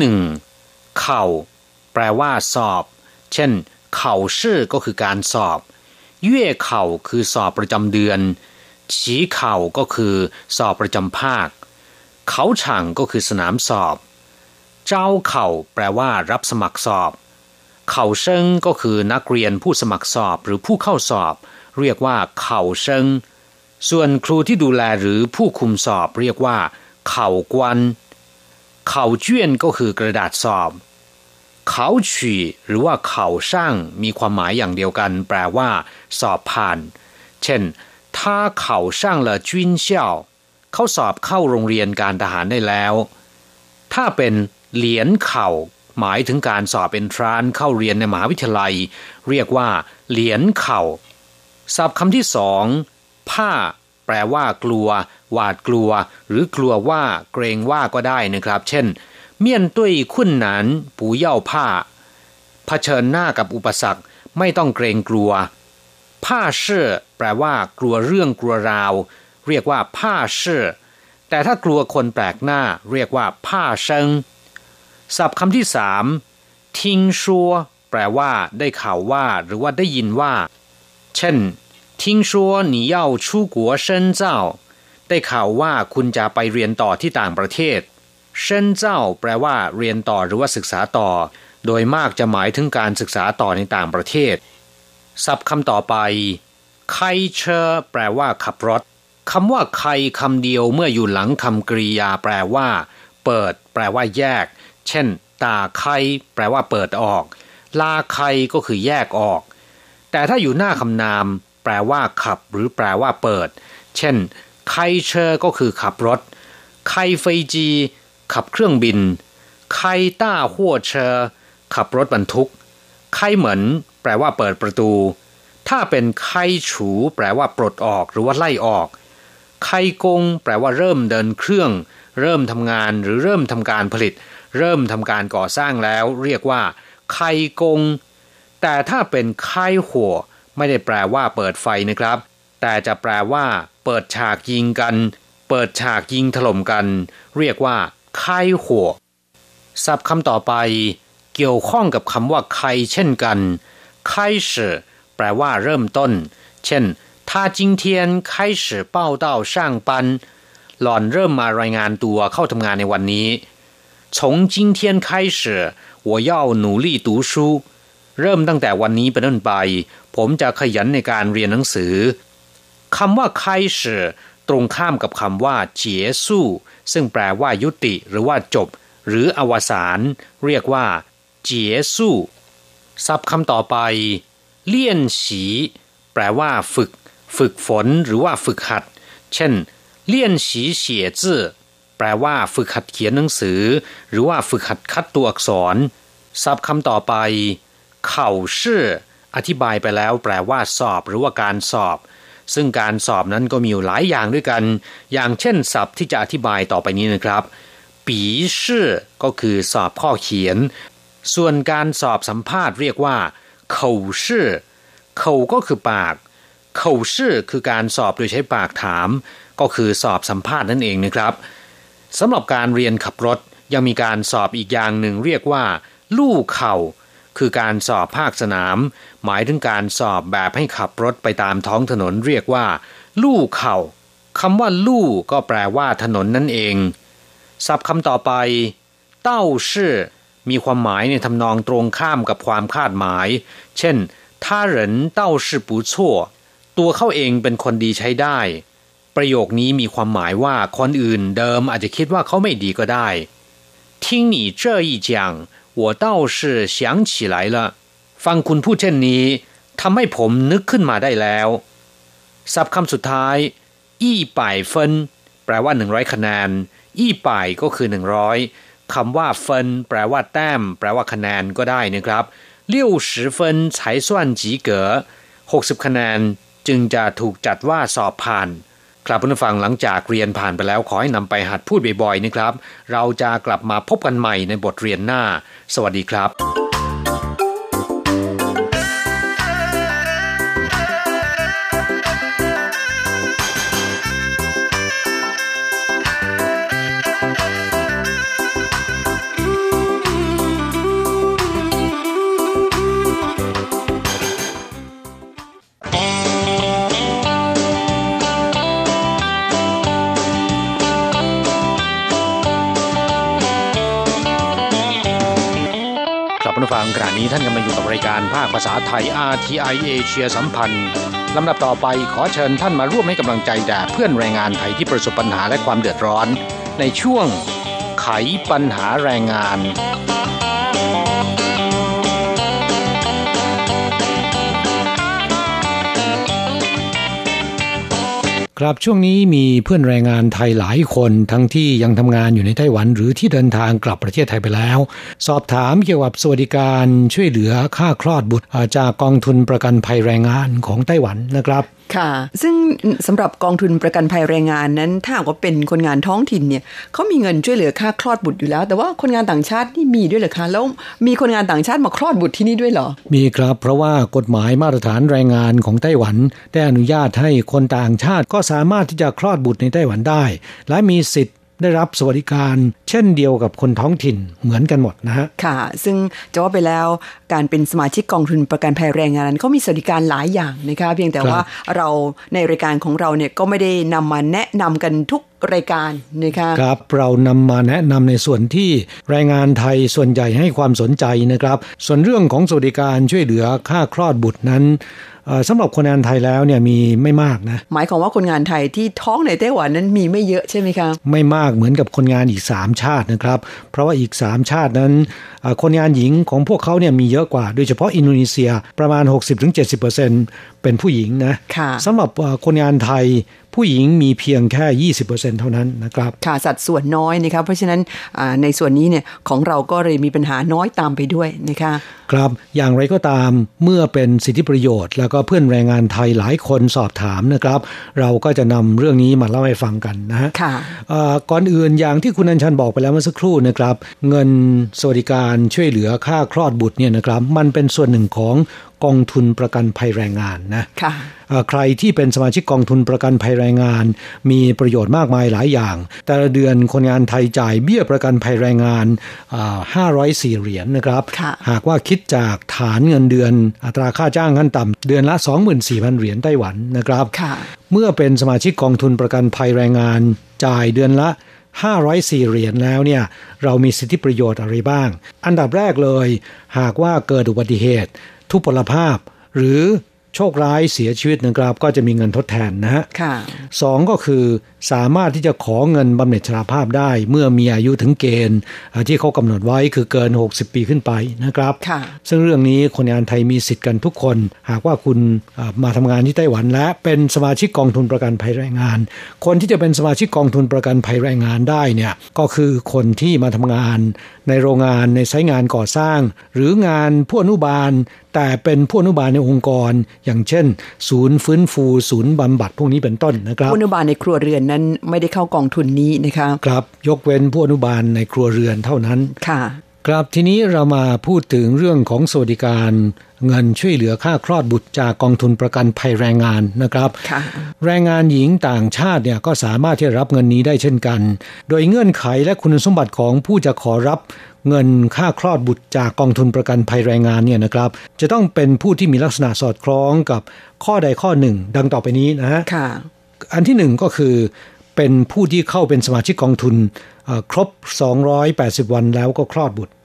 1เข่าแปลว่าสอบเช่นเข่าชื่อก็คือการสอบเย่เข่าคือสอบประจำเดือนเฉีเข่าก็คือสอบประจำภาคเขาฉ่างก็คือสนามสอบเจ้าเข่าแปลว่ารับสมัครสอบเข่าเซิงก็คือนักเรียนผู้สมัครสอบหรือผู้เข้าสอบเรียกว่าเข่าเซิงส่วนครูที่ดูแลหรือผู้คุมสอบเรียกว่าเข่ากวนเข่าเจี้ยนก็คือกระดาษสอบเขาฉี่หรือว่าเขาช่างมีความหมายอย่างเดียวกันแปลว่าสอบผ่านเช่นถ้าเขาช่างละจุนเซี่ยวเขาสอบเข้าโรงเรียนการทหารได้แล้วถ้าเป็นเหลียนเข่าหมายถึงการสอบเอนทรานซ์เข้าเรียนในมหาวิทยาลัยเรียกว่าเหลียนเข่าศัพท์คำที่สองผ้าแปลว่ากลัวหวาดกลัวหรือกลัวว่าเกรงว่าก็ได้นะครับเช่นเมี่ยนตุ้ยคุ้นหนานปูเย่าผ้าเผชิญหน้ากับอุปสรรคไม่ต้องเกรงกลัวผ้าเชื่อแปลว่ากลัวเรื่องกลัวราวเรียกว่าผ้าเชื่อแต่ถ้ากลัวคนแปลกหน้าเรียกว่าผ้าเซิงศัพท์คำที่สามทิงชัวแปลว่าได้ข่าวว่าหรือว่าได้ยินว่าเช่น听说你要出国深造ได้ข่าวว่าคุณจะไปเรียนต่อที่ต่างประเทศเซินเจ้าแปลว่าเรียนต่อหรือว่าศึกษาต่อโดยมากจะหมายถึงการศึกษาต่อในต่างประเทศศัพท์คำต่อไปไคเชอแปลว่าขับรถคำว่าไคคำเดียวเมื่ออยู่หลังคำกริยาแปลว่าเปิดแปลว่าแยกเช่นตาไคแปลว่าเปิดออกลาไคก็คือแยกออกแต่ถ้าอยู่หน้าคำนามแปลว่าขับหรือแปลว่าเปิดเช่นไคเชอก็คือขับรถไคเฟยจีขับเครื่องบินไคต้าหัวเชอขับรถบรรทุกไคเหมินแปลว่าเปิดประตูถ้าเป็นไคฉูแปลว่าปลดออกหรือว่าไล่ออกไคกงแปลว่าเริ่มเดินเครื่องเริ่มทำงานหรือเริ่มทำการผลิตเริ่มทำการก่อสร้างแล้วเรียกว่าไคกงแต่ถ้าเป็นไคหัวไม่ได้แปลว่าเปิดไฟนะครับแต่จะแปลว่าเปิดฉากยิงกันเปิดฉากยิงถล่มกันเรียกว่าไคหัวศัพท์คำต่อไปเกี่ยวข้องกับคำว่าไคเช่นกันไคชื่อแปลว่าเริ่มต้นเช่น他今天开始报到上班หล่อนเริ่มมารายงานตัวเข้าทำงานในวันนี้从今天开始我要努力读书เริ่มตั้งแต่วันนี้เป็นต้นไปผมจะขยันในการเรียนหนังสือคำว่า开始ตรงข้ามกับคำว่า结束ซึ่งแปลว่ายุติหรือว่าจบหรืออวสานเรียกว่า结束ศัพท์คำต่อไปเลี่ยนฉีแปลว่าฝึกฝนหรือว่าฝึกหัดเช่นเลี่ยนฉีเฉียจื่อแปลว่าฝึกหัดเขียนหนังสือหรือว่าฝึกหัดคัดตัวอักษรศัพท์คำต่อไปเข่าชื่ออธิบายไปแล้วแปลว่าสอบหรือว่าการสอบซึ่งการสอบนั้นก็มีอยู่หลายอย่างด้วยกันอย่างเช่นศัพท์ที่จะอธิบายต่อไปนี้นะครับปีชื่อก็คือสอบข้อเขียนส่วนการสอบสัมภาษณ์เรียกว่าเข่าชื่อเข่าก็คือปากเข่าชื่อคือการสอบโดยใช้ปากถามก็คือสอบสัมภาษณ์นั่นเองนะครับสำหรับการเรียนขับรถยังมีการสอบอีกอย่างหนึ่งเรียกว่าลู่เข่าคือการสอบภาคสนามหมายถึงการสอบแบบให้ขับรถไปตามท้องถนนเรียกว่าลู่เข่าคำว่าลู่ก็แปลว่าถนนนั่นเองศัพท์คำต่อไปเต้าชื่อมีความหมายในทำนองตรงข้ามกับความคาดหมายเช่น他人倒是不错ตัวเขาเองเป็นคนดีใช้ได้ประโยคนี้มีความหมายว่าคนอื่นเดิมอาจจะคิดว่าเขาไม่ดีก็ได้听你这一讲我倒是想起来了ฟังคุณพูดเช่นนี้ทำให้ผมนึกขึ้นมาได้แล้วศัพท์คำสุดท้าย100分แปลว่า100คะแนน100ก็คือ100คำว่าเฟินแปลว่าแต้มแปลว่าคะแนนก็ได้นะครับ60分才算及格60คะแนนจึงจะถูกจัดว่าสอบผ่านครับผู้ฟังหลังจากเรียนผ่านไปแล้วขอให้นำไปหัดพูดบ่อยๆนะครับเราจะกลับมาพบกันใหม่ในบทเรียนหน้าสวัสดีครับผู้ฟังขณะนี้ท่านกำลังอยู่กับรายการภาคภาษาไทย RTI เอเชียสัมพันธ์ลำดับต่อไปขอเชิญท่านมาร่วมให้กำลังใจแด่เพื่อนแรงงานไทยที่ประสบปัญหาและความเดือดร้อนในช่วงไขปัญหาแรงงานครับช่วงนี้มีเพื่อนแรงงานไทยหลายคนทั้งที่ยังทำงานอยู่ในไต้หวันหรือที่เดินทางกลับประเทศไทยไปแล้วสอบถามเกี่ยวกับสวัสดิการช่วยเหลือค่าคลอดบุตรจากกองทุนประกันภัยแรงงานของไต้หวันนะครับค่ะซึ่งสำหรับกองทุนประกันภัยแรงงานนั้นถ้าก็เป็นคนงานท้องถิ่นเนี่ยเขามีเงินช่วยเหลือค่าคลอดบุตรอยู่แล้วแต่ว่าคนงานต่างชาตินี่มีด้วยเหรอคะแล้วมีคนงานต่างชาติมาคลอดบุตรที่นี่ด้วยเหรอมีครับเพราะว่ากฎหมายมาตรฐานแรงงานของไต้หวันได้อนุญาตให้คนต่างชาติก็สามารถที่จะคลอดบุตรในไต้หวันได้และมีสิทธิ์ได้รับสวัสดิการเช่นเดียวกับคนท้องถิ่นเหมือนกันหมดนะฮะค่ะซึ่งจะว่าไปแล้วการเป็นสมาชิกกองทุนประกันภัยแรงงานนั้นก็มีสวัสดิการหลายอย่างนะคะเพียงแต่ว่าเราในรายการของเราเนี่ยก็ไม่ได้นำมาแนะนำกันทุกรายการนะคะครับเรานำมาแนะนำในส่วนที่แรงงานไทยส่วนใหญ่ให้ความสนใจนะครับส่วนเรื่องของสวัสดิการช่วยเหลือค่าคลอดบุตรนั้นสำหรับคนงานไทยแล้วเนี่ยมีไม่มากนะหมายความว่าคนงานไทยที่ท้องในไต้หวันนั้นมีไม่เยอะใช่ไหมคะไม่มากเหมือนกับคนงานอีก3ชาตินะครับเพราะว่าอีก3ชาตินั้นคนงานหญิงของพวกเขาเนี่ยมีเยอะกว่าโดยเฉพาะอินโดนีเซียประมาณ 60-70% เป็นผู้หญิงนะสำหรับคนงานไทยผู้หญิงมีเพียงแค่ 20% เท่านั้นนะครับค่ะสัดส่วนน้อยนะครับเพราะฉะนั้นในส่วนนี้เนี่ยของเราก็เลยมีปัญหาน้อยตามไปด้วยนะคะครับอย่างไรก็ตามเมื่อเป็นสิทธิประโยชน์แล้วก็เพื่อนแรงงานไทยหลายคนสอบถามนะครับเราก็จะนำเรื่องนี้มาเล่าให้ฟังกันนะฮะก่อนอื่นอย่างที่คุณอัญชันบอกไปแล้วเมื่อสักครู่นะครับเงินสวัสดิการช่วยเหลือค่าคลอดบุตรเนี่ยนะครับมันเป็นส่วนหนึ่งของกองทุนประกันภัยแรงงานนะใครที่เป็นสมาชิกกองทุนประกันภัยแรงงานมีประโยชน์มากมายหลายอย่างแต่ละเดือนคนงานไทยจ่ายเบี้ยประกันภัยแรงงาน504 เหรียญนะครับหากว่าคิดจากฐานเงินเดือนอัตราค่าจ้างขั้นต่ำเดือนละ 24,000 เหรียญไต้หวันนะครับเมื่อเป็นสมาชิกกองทุนประกันภัยแรงงานจ่ายเดือนละ504 เหรียญแล้วเนี่ยเรามีสิทธิประโยชน์อะไรบ้างอันดับแรกเลยหากว่าเกิดอุบัติเหตุทุพพลภาพหรือโชคร้ายเสียชีวิตนะครับก็จะมีเงินทดแทนนะฮะสองก็คือสามารถที่จะขอเงินบำเหน็จชราภาพได้เมื่อมีอายุถึงเกณฑ์ที่เขากำหนดไว้คือเกิน60 ปีขึ้นไปนะครับซึ่งเรื่องนี้คนงานไทยมีสิทธิ์กันทุกคนหากว่าคุณมาทำงานที่ไต้หวันและเป็นสมาชิกกองทุนประกันภัยแรงงานคนที่จะเป็นสมาชิกกองทุนประกันภัยแรงงานได้เนี่ยก็คือคนที่มาทำงานในโรงงานในไซต์งานก่อสร้างหรืองานผู้อนุบาลแต่เป็นผู้อนุบาลในองค์กรอย่างเช่นศูนย์ฟื้นฟูศูนย์บำบัดพวกนี้เป็นต้นนะครับผู้อนุบาลในครัวเรือนนั้นไม่ได้เข้ากองทุนนี้นะคะครับยกเว้นผู้อนุบาลในครัวเรือนเท่านั้นค่ะครับทีนี้เรามาพูดถึงเรื่องของสวัสดิการเงินช่วยเหลือค่าคลอดบุตรจากกองทุนประกันภัยแรงงานนะครับแรงงานหญิงต่างชาติเนี่ยก็สามารถที่จะรับเงินนี้ได้เช่นกันโดยเงื่อนไขและคุณสมบัติของผู้จะขอรับเงินค่าคลอดบุตรจากกองทุนประกันภัยแรงงานเนี่ยนะครับจะต้องเป็นผู้ที่มีลักษณะสอดคล้องกับข้อใดข้อหนึ่งดังต่อไปนี้นะฮะอันที่หนึ่งก็คือเป็นผู้ที่เข้าเป็นสมาชิกกองทุนครบ280วันแล้วก็คลอดบุตร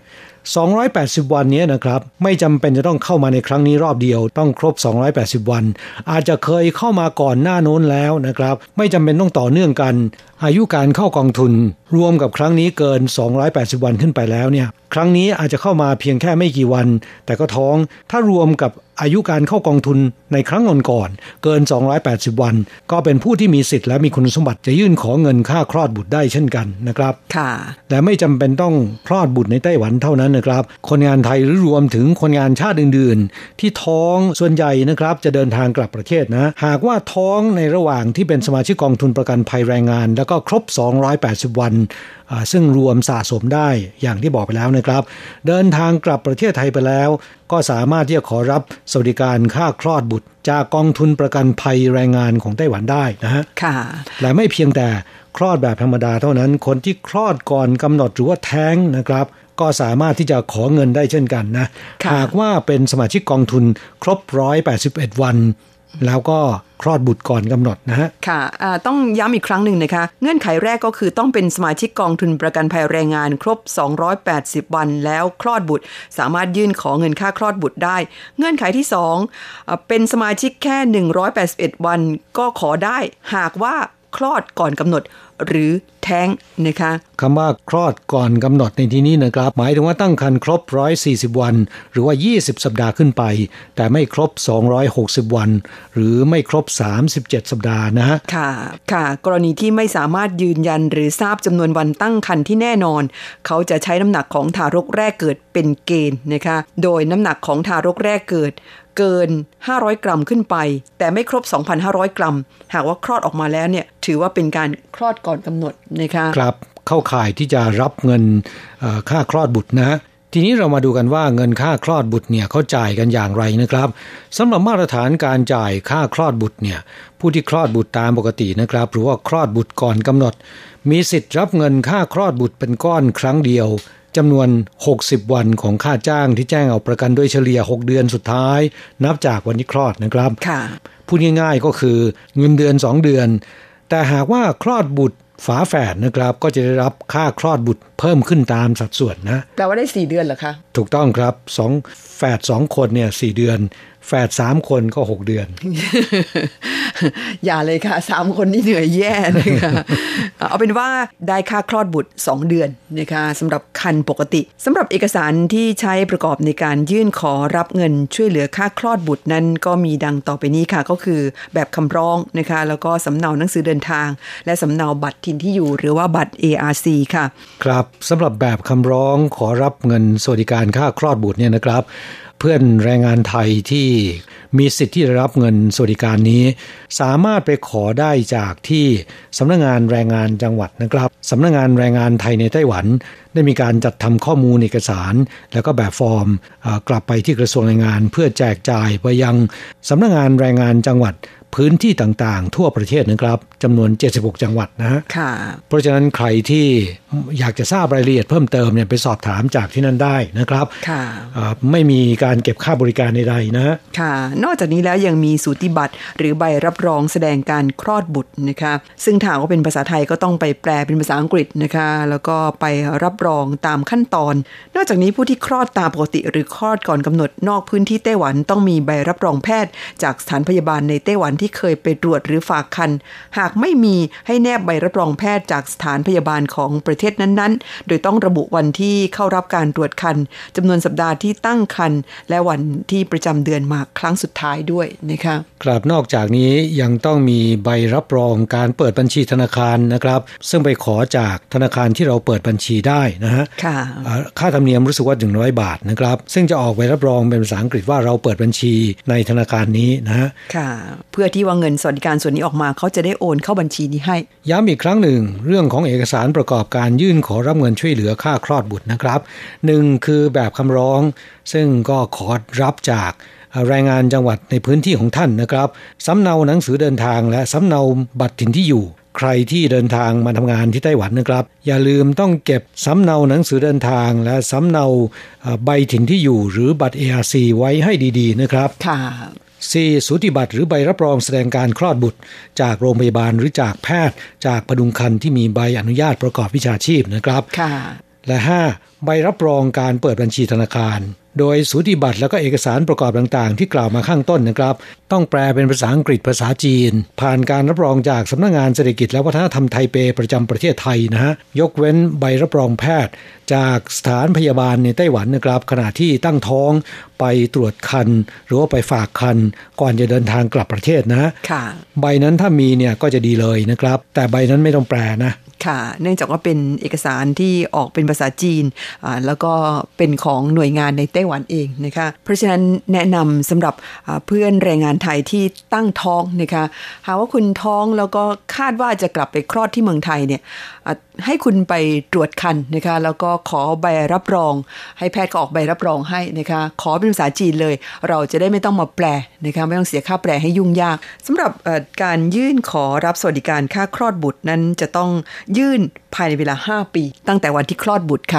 280วันนี้นะครับไม่จำเป็นจะต้องเข้ามาในครั้งนี้รอบเดียวต้องครบ280วันอาจจะเคยเข้ามาก่อนหน้าโน้นแล้วนะครับไม่จำเป็นต้องต่อเนื่องกันอายุการเข้ากองทุนรวมกับครั้งนี้เกิน280วันขึ้นไปแล้วเนี่ยครั้งนี้อาจจะเข้ามาเพียงแค่ไม่กี่วันแต่ก็ท้องถ้ารวมกับอายุการเข้ากองทุนในครั้งก่อนเกิน280วันก็เป็นผู้ที่มีสิทธิ์และมีคุณสมบัติจะยื่นขอเงินค่าคลอดบุตรได้เช่นกันนะครับค่ะแต่ไม่จำเป็นต้องคลอดบุตรในไต้หวันเท่านั้นนะครับคนงานไทยหรือรวมถึงคนงานชาติอื่นๆที่ท้องส่วนใหญ่นะครับจะเดินทางกลับประเทศนะหากว่าท้องในระหว่างที่เป็นสมาชิกกองทุนประกันภัยแรงงานแล้วก็ครบ280วันซึ่งรวมสะสมได้อย่างที่บอกไปแล้วนะครับเดินทางกลับประเทศไทยไปแล้วก็สามารถที่จะขอรับสวัสดิการค่าคลอดบุตรจากกองทุนประกันภัยแรงงานของไต้หวันได้นะฮะค่ะและไม่เพียงแต่คลอดแบบธรรมดาเท่านั้นคนที่คลอดก่อนกำหนดหรือว่าแท้งนะครับก็สามารถที่จะขอเงินได้เช่นกันนะหากว่าเป็นสมาชิกกองทุนครบ181วันแล้วก็คลอดบุตรก่อนกำหนดนะฮะค่ะต้องย้ำอีกครั้งหนึ่งนะคะเงื่อนไขแรกก็คือต้องเป็นสมาชิกกองทุนประกันภัยแรงงานครบ280วันแล้วคลอดบุตรสามารถยื่นขอเงินค่าคลอดบุตรได้เงื่อนไขที่2เป็นสมาชิกแค่181วันก็ขอได้หากว่าคลอดก่อนกำหนดหรือแท้งนะคะคำว่าคลอดก่อนกำหนดในที่นี้นะครับหมายถึงว่าตั้งครรภ์ครบ140วันหรือว่า20สัปดาห์ขึ้นไปแต่ไม่ครบ260วันหรือไม่ครบ37สัปดาห์นะฮะค่ะกรณีที่ไม่สามารถยืนยันหรือทราบจำนวนวันตั้งครรภ์ที่แน่นอนเขาจะใช้น้ำหนักของทารกแรกเกิดเป็นเกณฑ์นะคะโดยน้ำหนักของทารกแรกเกิดเกิน500กรัมขึ้นไปแต่ไม่ครบ 2,500 กรัมหากว่าคลอดออกมาแล้วเนี่ยถือว่าเป็นการคลอดก่อนกำหนดนะคะครับเข้าข่ายที่จะรับเงินค่าคลอดบุตรนะทีนี้เรามาดูกันว่าเงินค่าคลอดบุตรเนี่ยเขาจ่ายกันอย่างไรนะครับสำหรับมาตรฐานการจ่ายค่าคลอดบุตรเนี่ยผู้ที่คลอดบุตรตามปกตินะครับหรือว่าคลอดบุตรก่อนกำหนดมีสิทธิ์รับเงินค่าคลอดบุตรเป็นก้อนครั้งเดียวจำนวน60วันของค่าจ้างที่แจ้งเอาประกันโดยเฉลี่ย6เดือนสุดท้ายนับจากวันที่คลอดนะครับพูดง่ายๆก็คือเงินเดือน2เดือนแต่หากว่าคลอดบุตรฝาแฝดนะครับก็จะได้รับค่าคลอดบุตรเพิ่มขึ้นตามสัดส่วนนะแปลว่าได้4เดือนเหรอคะถูกต้องครับแฝด2คนเนี่ย4เดือนแฝด3คนก็6เดือนอย่าเลยค่ะ3คนนี่เหนื่อยแย่เลยค่ะ เอาเป็นว่าได้ค่าคลอดบุตร2เดือนนะคะสำหรับครรภ์ปกติสำหรับเอกสารที่ใช้ประกอบในการยื่นขอรับเงินช่วยเหลือค่าคลอดบุตรนั้นก็มีดังต่อไปนี้ค่ะก็คือแบบคำร้องนะคะแล้วก็สำเนาหนังสือเดินทางและสำเนาบัตรถิ่นที่อยู่หรือว่าบัตร ARC ค่ะครับสำหรับแบบคำร้องขอรับเงินสวัสดิการค่าคลอดบุตรเนี่ยนะครับเพื่อนแรงงานไทยที่มีสิทธิ์ที่จะรับเงินสวัสดิการนี้สามารถไปขอได้จากที่สำนักงานแรงงานจังหวัดนะครับสำนักงานแรงงานไทยในไต้หวันได้มีการจัดทำข้อมูลเอกสารแล้วก็แบบฟอร์มกลับไปที่กระทรวงแรงงานเพื่อแจกจ่ายไปยังสำนักงานแรงงานจังหวัดพื้นที่ต่างๆทั่วประเทศนะครับจำนวน76จังหวัดนะฮะเพราะฉะนั้นใครที่อยากจะทราบรายละเอียดเพิ่มเติมเนี่ยไปสอบถามจากที่นั่นได้นะครับไม่มีการเก็บค่าบริการใดๆนะค่ะนอกจากนี้แล้วยังมีสูติบัตรหรือใบรับรองแสดงการคลอดบุตรนะคะซึ่งถ้าว่าเป็นภาษาไทยก็ต้องไปแปลเป็นภาษาอังกฤษนะคะแล้วก็ไปรับรองตามขั้นตอนนอกจากนี้ผู้ที่คลอดตามปกติหรือคลอดก่อนกำหนดนอกพื้นที่ไต้หวันต้องมีใบรับรองแพทย์จากสถานพยาบาลในไต้หวันที่เคยไปตรวจหรือฝากครรภ์หากไม่มีให้แนบใบรับรองแพทย์จากสถานพยาบาลของประเทศนั้นๆโดยต้องระบุวันที่เข้ารับการตรวจครรภ์จำนวนสัปดาห์ที่ตั้งครรภ์และวันที่ประจำเดือนมาครั้งสุดท้ายด้วยนะคะครับนอกจากนี้ยังต้องมีใบรับรองการเปิดบัญชีธนาคารนะครับซึ่งไปขอจากธนาคารที่เราเปิดบัญชีได้นะฮะค่าธรรมเนียมรู้สึกว่า100 บาทนะครับซึ่งจะออกใบรับรองเป็นภาษาอังกฤษว่าเราเปิดบัญชีในธนาคารนี้นะฮะเพื่อที่ว่าเงินสวัสดิการส่วนนี้ออกมาเขาจะได้โอนเข้าบัญชีนี้ให้ย้ำอีกครั้งหนึ่งเรื่องของเอกสารประกอบการยื่นขอรับเงินช่วยเหลือค่าคลอดบุตรนะครับ1คือแบบคำร้องซึ่งก็ขอรับจากแรงงานจังหวัดในพื้นที่ของท่านนะครับสำเนาหนังสือเดินทางและสำเนาบัตรถิ่นที่อยู่ใครที่เดินทางมาทำงานที่ไต้หวันนะครับอย่าลืมต้องเก็บสำเนาหนังสือเดินทางและสำเนาใบถิ่นที่อยู่หรือบัตร ARC ไว้ให้ดีๆนะครับ4สูติบัตรหรือใบรับรองแสดงการคลอดบุตรจากโรงพยาบาลหรือจากแพทย์จากพดุงครรภ์ที่มีใบอนุญาตประกอบวิชาชีพนะครับและ5ใบรับรองการเปิดบัญชีธนาคารโดยสูติบัตรแล้วก็เอกสารประกอบต่างๆที่กล่าวมาข้างต้นนะครับต้องแปลเป็นภาษาอังกฤษภาษาจีนผ่านการรับรองจากสำนักงานเศรษฐกิจและวัฒนธรรมไทเปประจำประเทศไทยนะฮะยกเว้นใบรับรองแพทย์จากสถานพยาบาลในไต้หวันนะครับขณะที่ตั้งท้องไปตรวจครรภ์หรือว่าไปฝากครรภ์ก่อนจะเดินทางกลับประเทศนะใบนั้นถ้ามีเนี่ยก็จะดีเลยนะครับแต่ใบนั้นไม่ต้องแปลนะค่ะเนื่องจากว่าเป็นเอกสารที่ออกเป็นภาษาจีนแล้วก็เป็นของหน่วยงานในไต้หวันเองนะคะเพราะฉะนั้นแนะนำสำหรับเพื่อนแรงงานไทยที่ตั้งท้องนะคะหากว่าคุณท้องแล้วก็คาดว่าจะกลับไปคลอดที่เมืองไทยเนี่ยให้คุณไปตรวจครรภ์นะคะแล้วก็ขอใบรับรองให้แพทย์ก็ออกใบรับรองให้นะคะขอเป็นภาษาจีนเลยเราจะได้ไม่ต้องมาแปลนะคะไม่ต้องเสียค่าแปลให้ยุ่งยากสำหรับการยื่นขอรับสวัสดิการค่าคลอดบุตรนั้นจะต้องยื่นภายในเวลา5 ปีตั้งแต่วันที่คลอดบุตรค่ะ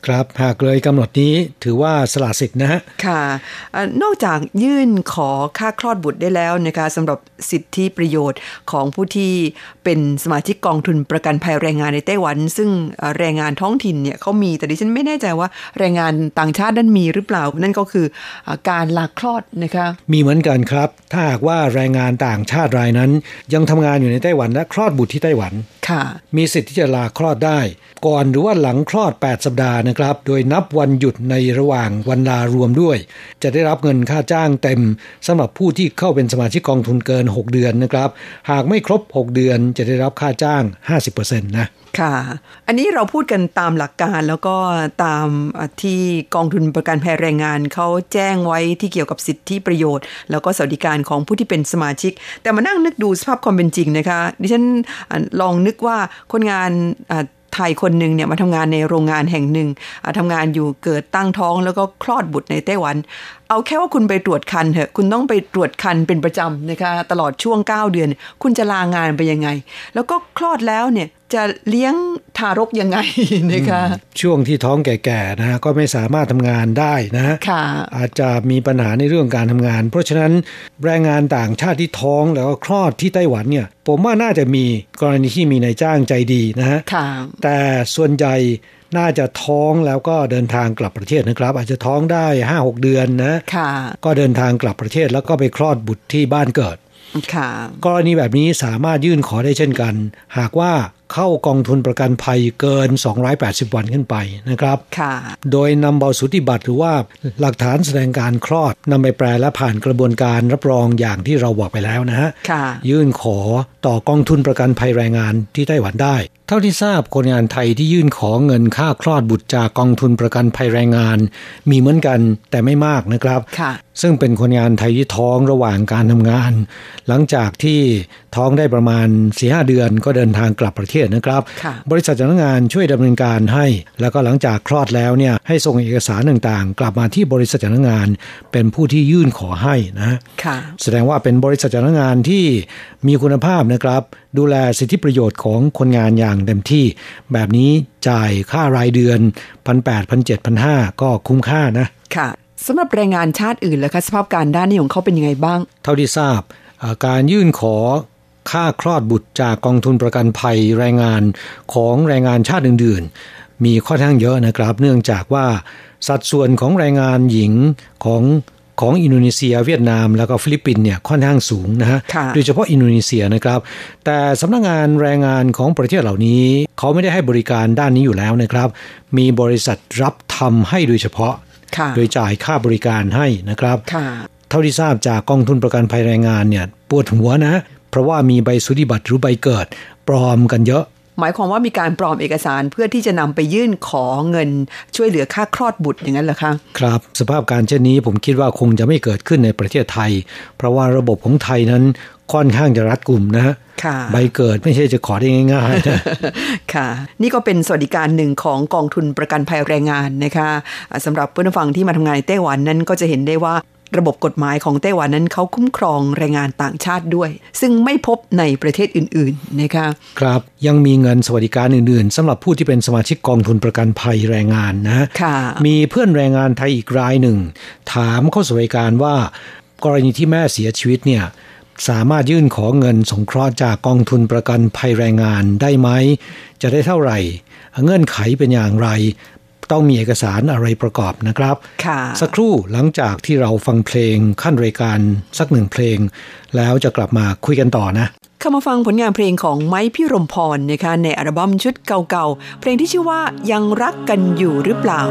ครับหากเลยกำหนดนี้ถือว่าสละสิทธิ์นะฮะค่ะนอกจากยื่นขอค่าคลอดบุตรได้แล้วนะคะสำหรับสิทธิประโยชน์ของผู้ที่เป็นสมาชิกกองทุนประกันภัยแรงงานในไต้หวันซึ่งแรงงานท้องถิ่นเนี่ยเขามีแต่ดิฉันไม่แน่ใจว่าแรงงานต่างชาตินั้นมีหรือเปล่านั่นก็คือการลาคลอดนะคะมีเหมือนกันครับถ้าหากว่าแรงงานต่างชาติรายนั้นยังทำงานอยู่ในไต้หวันและคลอดบุตรที่ไต้หวันมีสิทธิ์ที่จะลาคลอดได้ก่อนหรือว่าหลังคลอด8สัปดาห์นะครับโดยนับวันหยุดในระหว่างวันลารวมด้วยจะได้รับเงินค่าจ้างเต็มสำหรับผู้ที่เข้าเป็นสมาชิกกองทุนเกิน6เดือนนะครับหากไม่ครบ6เดือนจะได้รับค่าจ้าง 50% นะค่ะอันนี้เราพูดกันตามหลักการแล้วก็ตามที่กองทุนประกันภัยแรงงานเขาแจ้งไว้ที่เกี่ยวกับสิทธิประโยชน์แล้วก็สวัสดิการของผู้ที่เป็นสมาชิกแต่มานั่งนึกดูสภาพความเป็นจริงนะคะดิฉันลองนึกว่าคนงานไทยคนหนึ่งเนี่ยมาทำงานในโรงงานแห่งหนึ่งทำงานอยู่เกิดตั้งท้องแล้วก็คลอดบุตรในไต้หวันเอาแค่ว่าคุณไปตรวจครรภ์เถอะคุณต้องไปตรวจครรภ์เป็นประจำนะคะตลอดช่วง9เดือนคุณจะลางานไปยังไงแล้วก็คลอดแล้วเนี่ยจะเลี้ยงทารกยังไงนะคะช่วงที่ท้องแก่ๆนะก็ไม่สามารถทำงานได้นะอาจจะมีปัญหาในเรื่องการทำงานเพราะฉะนั้นแรงงานต่างชาติที่ท้องแล้วก็คลอดที่ไต้หวันเนี่ยผมว่าน่าจะมีกรณีที่มีนายจ้างใจดีนะฮะแต่ส่วนใหญ่น่าจะท้องแล้วก็เดินทางกลับประเทศนะครับอาจจะท้องได้ 5-6 เดือนนะก็เดินทางกลับประเทศแล้วก็ไปคลอดบุตรที่บ้านเกิดกรณีแบบนี้สามารถยื่นขอได้เช่นกันหากว่าเข้ากองทุนประกันภัยเกิน280วันขึ้นไปนะครับโดยนำใบสูติบัตรหรือว่าหลักฐานแสดงการคลอดนำไปแปลและผ่านกระบวนการรับรองอย่างที่เราบอกไปแล้วนะฮะยื่นขอต่อกองทุนประกันภัยแรงงานที่ไต้หวันได้เท่าที่ทราบคนงานไทยที่ยื่นขอเงินค่าคลอดบุตรจากกองทุนประกันภัยแรงงานมีเหมือนกันแต่ไม่มากนะครับซึ่งเป็นคนงานไทยที่ท้องระหว่างการทำงานหลังจากที่ท้องได้ประมาณ 4-5 เดือนก็เดินทางกลับประเทศนะครับบริษัทจ้างงานช่วยดำเนินการให้แล้วก็หลังจากคลอดแล้วเนี่ยให้ส่งเอกสารต่างๆกลับมาที่บริษัทจ้างงานเป็นผู้ที่ยื่นขอให้นะแสดงว่าเป็นบริษัทจ้างงานที่มีคุณภาพนะครับดูแลสิทธิประโยชน์ของคนงานอย่างเต็มที่แบบนี้จ่ายค่ารายเดือน 1,800 1,700 1,500 ก็คุ้มค่านะค่ะสำหรับแรงงานชาติอื่นล่ะคะสภาพการด้านนี้ของเขาเป็นยังไงบ้างเท่าที่ทราบการยื่นขอค่าคลอดบุตรจากกองทุนประกันภัยแรงงานของแรงงานชาติอื่นๆมีค่อนข้างเยอะนะครับเนื่องจากว่าสัดส่วนของแรงงานหญิงของอินโดนีเซียเวียดนามแล้วก็ฟิลิปปินส์เนี่ยค่อนข้างสูงนะฮะโดยเฉพาะอินโดนีเซียนะครับแต่สำนักงานแรงงานของประเทศเหล่านี้เขาไม่ได้ให้บริการด้านนี้อยู่แล้วนะครับมีบริษัทรับทำให้โดยเฉพาะโดยจ่ายค่าบริการให้นะครับเท่าที่ทราบจากกองทุนประกันภัยแรงงานเนี่ยปวดหัวนะเพราะว่ามีใบสูติบัตรหรือใบเกิดปลอมกันเยอะหมายความว่ามีการปลอมเอกสารเพื่อที่จะนำไปยื่นขอเงินช่วยเหลือค่าคลอดบุตรอย่างนั้นเหรอคะครับสภาพการเช่นนี้ผมคิดว่าคงจะไม่เกิดขึ้นในประเทศไทยเพราะว่าระบบของไทยนั้นค่อนข้างจะรัดกุมนะใบเกิดไม่ใช่จะขอได้ง่ายๆนะค่ะนี่ก็เป็นสวัสดิการหนึ่งของกองทุนประกันภัยแรงงานนะคะสำหรับผู้ฟังที่มาทำงานในไต้หวันนั้นก็จะเห็นได้ว่าระบบกฎหมายของไต้หวันนั้นเขาคุ้มครองแรงงานต่างชาติด้วยซึ่งไม่พบในประเทศอื่นๆนะคะครับยังมีเงินสวัสดิการอื่นๆสำหรับผู้ที่เป็นสมาชิกกองทุนประกันภัยแรงงานนะมีเพื่อนแรงงานไทยอีกรายหนึ่งถามเข้าสู่รายการว่ากรณีที่แม่เสียชีวิตเนี่ยสามารถยื่นขอเงินสงเคราะห์จากกองทุนประกันภัยแรงงานได้ไหมจะได้เท่าไหร่เงื่อนไขเป็นอย่างไรต้องมีเอกสารอะไรประกอบนะครับสักครู่หลังจากที่เราฟังเพลงขั้นรายการสักหนึ่งเพลงแล้วจะกลับมาคุยกันต่อนะเข้ามาฟังผลงานเพลงของไม้พิรมพรนะคะในอัลบั้มชุดเก่าๆเพลงที่ชื่อว่ายังรักกันอยู่หรือเปล่า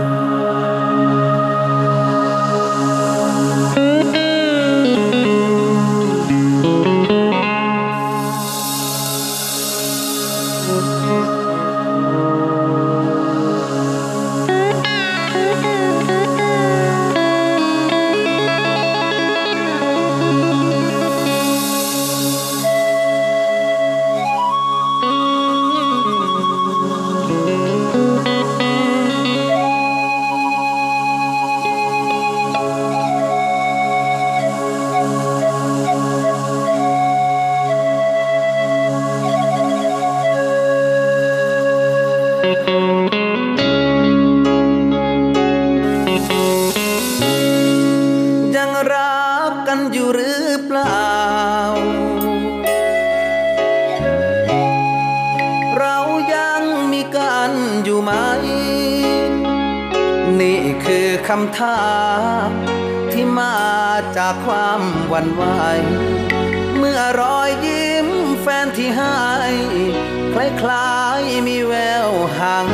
นี่คือคำถามที่มาจากความหวั่นไหวเมื่อรอยยิ้มแฟนที่ให้คล้ายๆมีแววห่าง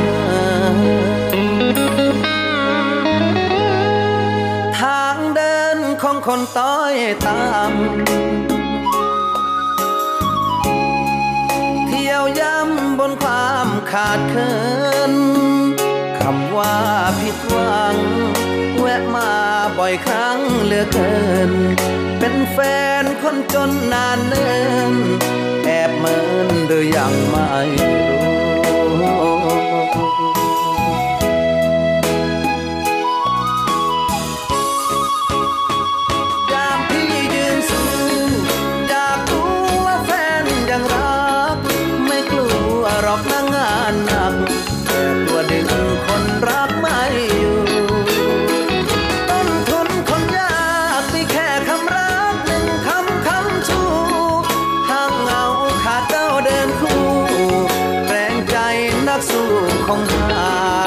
ทางเดินของคนต้อยต่ำเที่ยวย้ำบนความขาดเคินคำว่าผิดหวังแวะมาบ่อยครั้งเหลือเกินเป็นแฟนคนจนนานเนิ่นแอบเมินหรือยังไม่รู้ยามพี่ยืนสู้อยากรู้ว่าแฟนยังรักไม่กลัวหรอกนะงานหนักแต่ตัวดึงคนรักไม่อยู่ต้นทุนคนยากมีแค่คำรักหนึ่งคำชูทางเงาขาดเจ้าเดินคู่แรงใจนักสู้ของหา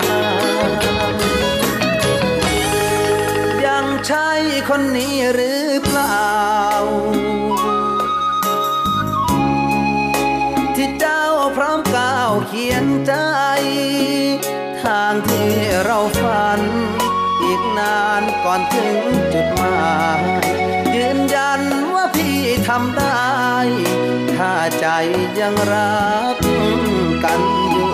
ยังใช่คนนี้หรือเปล่าที่เจ้าพร้อมก้าวเขียนใจทางที่เราฝันอีกนานก่อนถึงจุดหมายยืนยันว่าพี่ทำได้ถ้าใจยังรักกันอยู่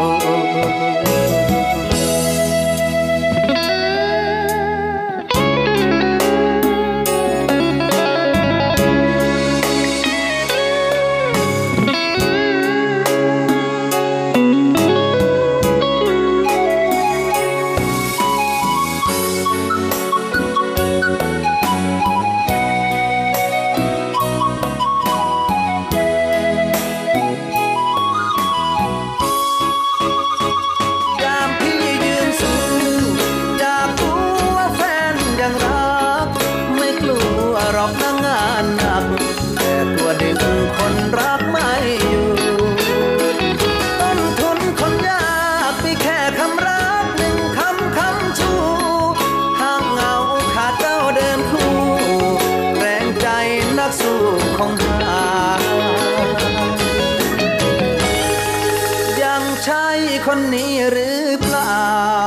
คนนี้หรือเปล่า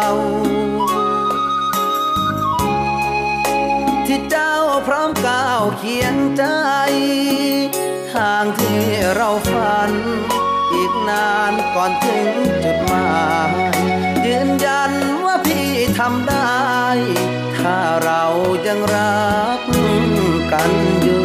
ที่เจ้าพร้อมก้าวเขียนใจทางที่เราฝันอีกนานก่อนถึงจุดหมายยืนยันว่าพี่ทำได้ถ้าเรายังรักกันอยู่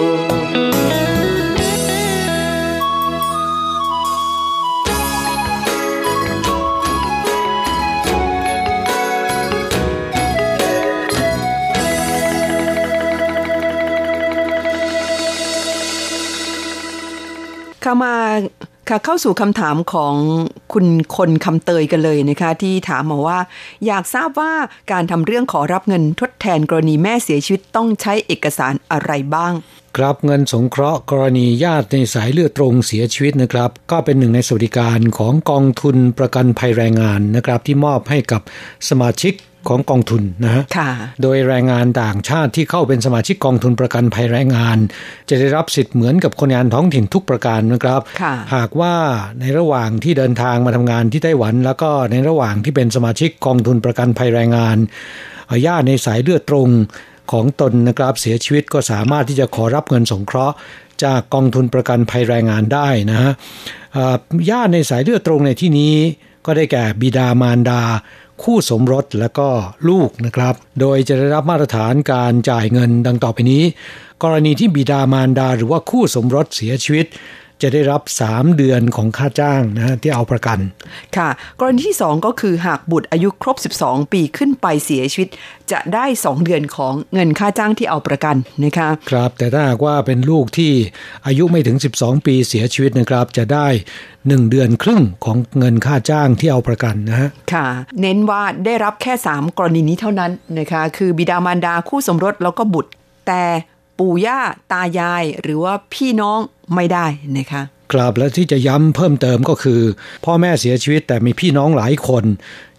เข้าสู่คำถามของคุณคนคำเตยกันเลยนะคะที่ถามมาว่าอยากทราบว่าการทำเรื่องขอรับเงินทดแทนกรณีแม่เสียชีวิตต้องใช้เอกสารอะไรบ้างครับเงินสงเคราะห์กรณีญาติในสายเลือดตรงเสียชีวิตนะครับก็เป็นหนึ่งในสวัสดิการของกองทุนประกันภัยแรงงานนะครับที่มอบให้กับสมาชิกของกองทุนนะฮะโดยแรงงานต่างชาติที่เข้าเป็นสมาชิกกองทุนประกันภัยแรงงานจะได้รับสิทธิ์เหมือนกับคนงานท้องถิ่นทุกประการนะครับหากว่าในระหว่างที่เดินทางมาทำงานที่ไต้หวันแล้วก็ในระหว่างที่เป็นสมาชิกกองทุนประกันภัยแรงงานญาติในสายเลือดตรงของตนนะครับเสียชีวิตก็สามารถที่จะขอรับเงินสงเคราะห์จากกองทุนประกันภัยแรงงานได้นะฮะญาติในสายเลือดตรงในที่นี้ก็ได้แก่บิดามารดาคู่สมรสและก็ลูกนะครับโดยจะได้รับมาตรฐานการจ่ายเงินดังต่อไปนี้กรณีที่บิดามารดาหรือว่าคู่สมรสเสียชีวิตจะได้รับ3เดือนของค่าจ้างนะที่เอาประกันค่ะกรณีที่2ก็คือหากบุตรอายุครบ12ปีขึ้นไปเสียชีวิตจะได้2เดือนของเงินค่าจ้างที่เอาประกันนะคะครับแต่ถ้าหากว่าเป็นลูกที่อายุไม่ถึง12ปีเสียชีวิตนะครับจะได้1เดือนครึ่งของเงินค่าจ้างที่เอาประกันนะฮะค่ะเน้นว่าได้รับแค่3กรณีนี้เท่านั้นนะคะคือบิดามารดาคู่สมรสแล้วก็บุตรแต่ปู่ย่าตายายหรือว่าพี่น้องไม่ได้นะคะครับและที่จะย้ำเพิ่มเติมก็คือพ่อแม่เสียชีวิตแต่มีพี่น้องหลายคน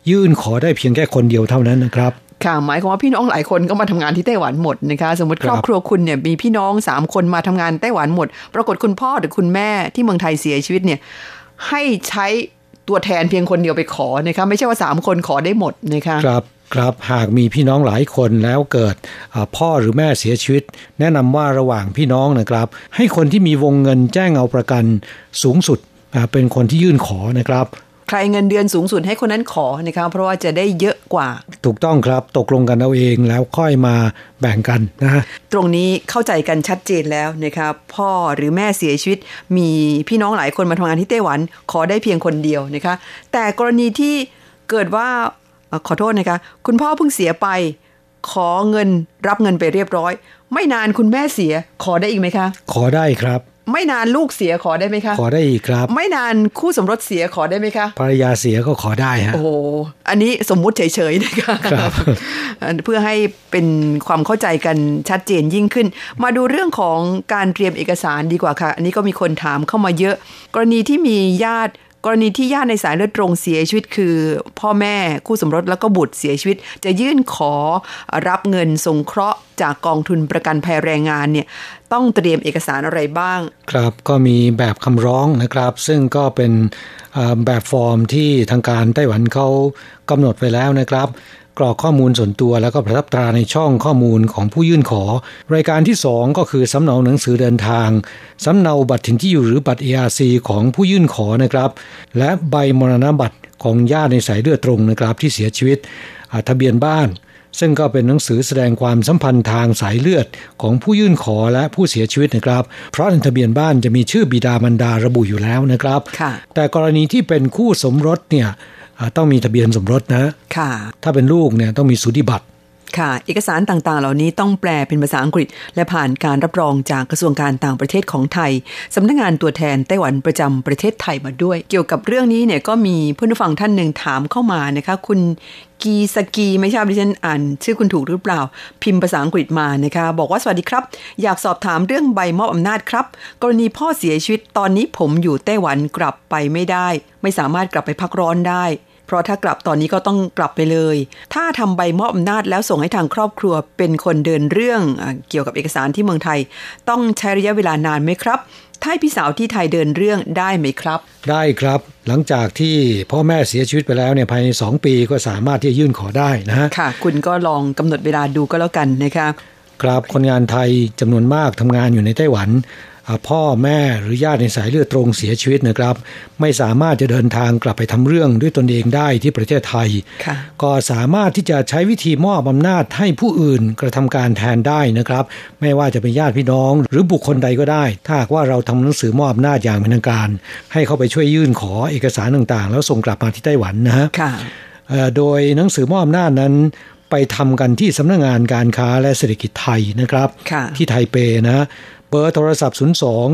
ยื่นขอได้เพียงแค่คนเดียวเท่านั้นนะครับค่ะหมายความว่าพี่น้องหลายคนก็มาทำงานที่ไต้หวันหมดนะคะสมมติครอบครัวคุณเนี่ยมีพี่น้อง3คนมาทำงานไต้หวันหมดปรากฏคุณพ่อหรือคุณแม่ที่เมืองไทยเสียชีวิตเนี่ยให้ใช้ตัวแทนเพียงคนเดียวไปขอนะคะไม่ใช่ว่า3คนขอได้หมดนะคะครับหากมีพี่น้องหลายคนแล้วเกิดพ่อหรือแม่เสียชีวิตแนะนำว่าระหว่างพี่น้องนะครับให้คนที่มีวงเงินแจ้งเอาประกันสูงสุดเป็นคนที่ยื่นขอนะครับใครเงินเดือนสูงสุดให้คนนั้นขอนะคะเพราะว่าจะได้เยอะกว่าถูกต้องครับตกลงกันเอาเองแล้วค่อยมาแบ่งกันนะตรงนี้เข้าใจกันชัดเจนแล้วนะคะพ่อหรือแม่เสียชีวิตมีพี่น้องหลายคนมาทำงานที่ไต้หวันขอได้เพียงคนเดียวนะคะแต่กรณีที่เกิดว่าขอโทษนะคะคุณพ่อเพิ่งเสียไปขอเงินรับเงินไปเรียบร้อยไม่นานคุณแม่เสียขอได้อีกไหมคะขอได้ครับไม่นานลูกเสียขอได้ไหมคะขอได้อีกครับไม่นานคู่สมรสเสียขอได้ไหมคะภรรยาเสียก็ขอได้ฮะโอ้อันนี้สมมุติเฉยๆนะคะครับเพื่อให้เป็นความเข้าใจกันชัดเจนยิ่งขึ้นมาดูเรื่องของการเตรียมเอกสารดีกว่าค่ะอันนี้ก็มีคนถามเข้ามาเยอะกรณีที่มีญาติในสายเลือดตรงเสียชีวิตคือพ่อแม่คู่สมรสแล้วก็บุตรเสียชีวิตจะยื่นขอรับเงินสงเคราะห์จากกองทุนประกันภัยแรงงานเนี่ยต้องเตรียมเอกสารอะไรบ้างครับก็มีแบบคำร้องนะครับซึ่งก็เป็นแบบฟอร์มที่ทางการไต้หวันเขากำหนดไว้แล้วนะครับกรอกข้อมูลส่วนตัวแล้วก็ประทับตราในช่องข้อมูลของผู้ยื่นขอรายการที่2ก็คือสำเนาหนังสือเดินทางสำเนาบัตรถิ่นที่อยู่หรือบัตร ARC ของผู้ยื่นขอนะครับและใบมรณบัตรของญาติในสายเลือดตรงนะครับที่เสียชีวิตทะเบียนบ้านซึ่งก็เป็นหนังสือแสดงความสัมพันธ์ทางสายเลือดของผู้ยื่นขอและผู้เสียชีวิตนะครับเพราะในทะเบียนบ้านจะมีชื่อบิดามารดาระบุอยู่แล้วนะครับแต่กรณีที่เป็นคู่สมรสเนี่ยต้องมีทะเบียนสมรสนะค่ะถ้าเป็นลูกเนี่ยต้องมีสูติบัตรค่ะเอกสารต่างๆเหล่านี้ต้องแปลเป็นภาษาอังกฤษและผ่านการรับรองจากกระทรวงการต่างประเทศของไทยสำนักงานตัวแทนไต้หวันประจำประเทศไทยมาด้วยเกี่ยวกับเรื่องนี้เนี่ยก็มีผู้ฟังท่านหนึ่งถามเข้ามานะคะคุณกีสกีไม่ทราบดิฉันอ่านชื่อคุณถูกหรือเปล่าพิมพ์ภาษาอังกฤษมานะคะบอกว่าสวัสดีครับอยากสอบถามเรื่องใบมอบอำนาจครับกรณีพ่อเสียชีวิตตอนนี้ผมอยู่ไต้หวันกลับไปไม่ได้ไม่สามารถกลับไปพักร้อนได้เพราะถ้ากลับตอนนี้ก็ต้องกลับไปเลยถ้าทำใบมอบอำนาจแล้วส่งให้ทางครอบครัวเป็นคนเดินเรื่องเกี่ยวกับเอกสารที่เมืองไทยต้องใช้ระยะเวลานานไหมครับถ้าพี่สาวที่ไทยเดินเรื่องได้ไหมครับได้ครับหลังจากที่พ่อแม่เสียชีวิตไปแล้วเนี่ยภายใน2 ปีก็สามารถที่จะยื่นขอได้นะฮะค่ะคุณก็ลองกำหนดเวลาดูก็แล้วกันนะคะครับคนงานไทยจำนวนมากทำงานอยู่ในไต้หวันพ่อแม่หรือญาติในสายเลือดตรงเสียชีวิตนะครับไม่สามารถจะเดินทางกลับไปทำเรื่องด้วยตนเองได้ที่ประเทศไทยก็สามารถที่จะใช้วิธีมอบอำนาจให้ผู้อื่นกระทำการแทนได้นะครับไม่ว่าจะเป็นญาติพี่น้องหรือบุคคลใดก็ได้ถ้าหากว่าเราทำหนังสือมอบอำนาจอย่างเป็นทางการให้เข้าไปช่วยยื่นขอเอกสารต่างๆแล้วส่งกลับมาที่ไต้หวันนะฮะโดยหนังสือมอบอำนาจนั้นไปทำกันที่สำนักงานการค้าและเศรษฐกิจไทยนะครับที่ไทเปนะเบอร์โทรศัพท์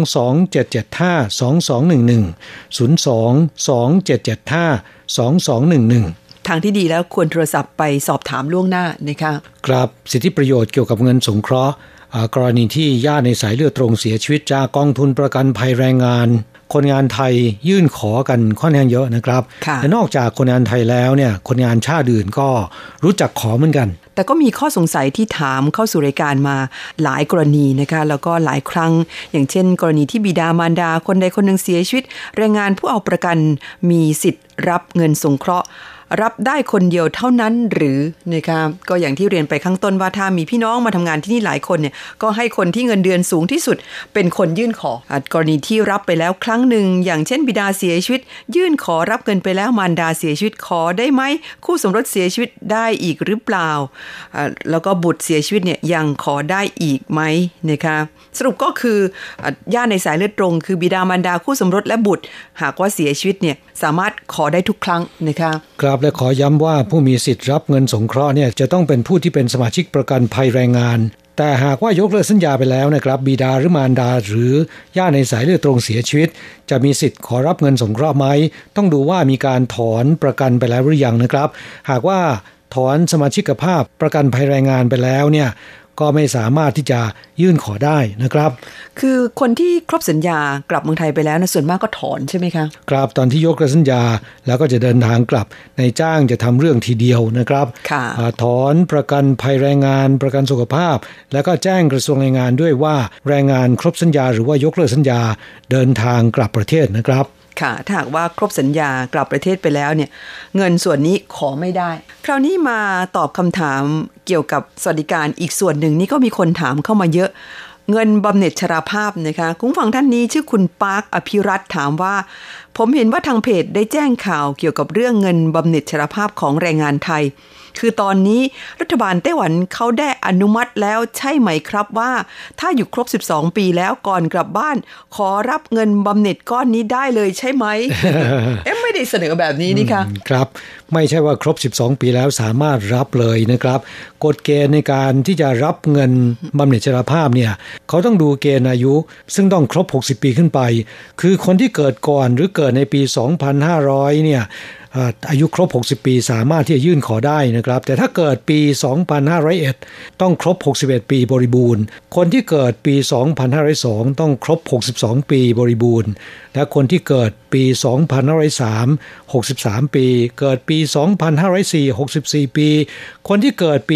02-2775-2211 ทางที่ดีแล้วควรโทรศัพท์ไปสอบถามล่วงหน้านะคะครับสิทธิประโยชน์เกี่ยวกับเงินสงเคราะห์กรณีที่ญาติในสายเลือดตรงเสียชีวิตจากกองทุนประกันภัยแรงงานคนงานไทยยื่นขอกันค่อนข้างเยอะนะครับและนอกจากคนงานไทยแล้วเนี่ยคนงานชาติอื่นก็รู้จักขอเหมือนกันแต่ก็มีข้อสงสัยที่ถามเข้าสู่รายการมาหลายกรณีนะคะแล้วก็หลายครั้งอย่างเช่นกรณีที่บิดามารดาคนใดคนหนึ่งเสียชีวิตแรงงานผู้เอาประกันมีสิทธิ์รับเงินสงเคราะห์รับได้คนเดียวเท่านั้นหรือนะคะก็อย่างที่เรียนไปข้างต้นว่าถ้ามีพี่น้องมาทำงานที่นี่หลายคนเนี่ยก็ให้คนที่เงินเดือนสูงที่สุดเป็นคนยื่นขอกรณีที่รับไปแล้วครั้งหนึ่งอย่างเช่นบิดาเสียชีวิตยื่นขอรับเงินไปแล้วมารดาเสียชีวิตขอได้ไหมคู่สมรสเสียชีวิตได้อีกหรือเปล่าแล้วก็บุตรเสียชีวิตเนี่ยยังขอได้อีกไหมนะคะสรุปก็คือญาติในสายเลือดตรงคือบิดามารดาคู่สมรสและบุตรหากว่าเสียชีวิตเนี่ยสามารถขอได้ทุกครั้งนะคะครับและขอย้ำว่าผู้มีสิทธิ์รับเงินสงเคราะห์เนี่ยจะต้องเป็นผู้ที่เป็นสมาชิกประกันภัยแรงงานแต่หากว่ายกเลิกสัญญาไปแล้วนะครับบิดาหรือมารดาหรือญาติในสายเลือดตรงเสียชีวิตจะมีสิทธิ์ขอรับเงินสงเคราะห์ไหมต้องดูว่ามีการถอนประกันไปแล้วหรือยังนะครับหากว่าถอนสมาชิกภาพประกันภัยแรงงานไปแล้วเนี่ยก็ไม่สามารถที่จะยื่นขอได้นะครับคือคนที่ครบสัญญากลับเมืองไทยไปแล้วนะส่วนมากก็ถอนใช่ไหมคะครับตอนที่ยกเลิกสัญญาแล้วก็จะเดินทางกลับนายจ้างจะทำเรื่องทีเดียวนะครับถอนประกันภัยแรงงานประกันสุขภาพแล้วก็แจ้งกระทรวงแรงงานด้วยว่าแรงงานครบสัญญาหรือว่ายกเลิกสัญญาเดินทางกลับประเทศนะครับค่ะถ้าหากว่าครบสัญญากลับประเทศไปแล้วเนี่ยเงินส่วนนี้ขอไม่ได้คราวนี้มาตอบคำถามเกี่ยวกับสวัสดิการอีกส่วนหนึ่งนี่ก็มีคนถามเข้ามาเยอะเงินบำเหน็จชราภาพนะคะคุณฟังท่านนี้ชื่อคุณปาร์คอภิรัตน์ถามว่าผมเห็นว่าทางเพจได้แจ้งข่าวเกี่ยวกับเรื่องเงินบำเหน็จชราภาพของแรงงานไทยคือตอนนี้รัฐบาลไต้หวันเขาได้อนุมัติแล้วใช่ไหมครับว่าถ้าอยู่ครบ12ปีแล้วก่อนกลับบ้านขอรับเงินบำเหน็จก้อนนี้ได้เลยใช่ไหม ไม่ได้เสนอแบบนี้นี่คะครับไม่ใช่ว่าครบ12ปีแล้วสามารถรับเลยนะครับกฎเกณฑ์ในการที่จะรับเงินบำเหน็จชราภาพเนี่ยเขาต้องดูเกณฑ์อายุซึ่งต้องครบ60ปีขึ้นไปคือคนที่เกิดก่อนหรือเกิดในปี2500เนี่ยอายุครบ60ปีสามารถที่จะยื่นขอได้นะครับแต่ถ้าเกิดปี2501ต้องครบ61ปีบริบูรณ์คนที่เกิดปี2502ต้องครบ62ปีบริบูรณ์และคนที่เกิดปี2503 63ปีเกิดปี2504 64ปีคนที่เกิดปี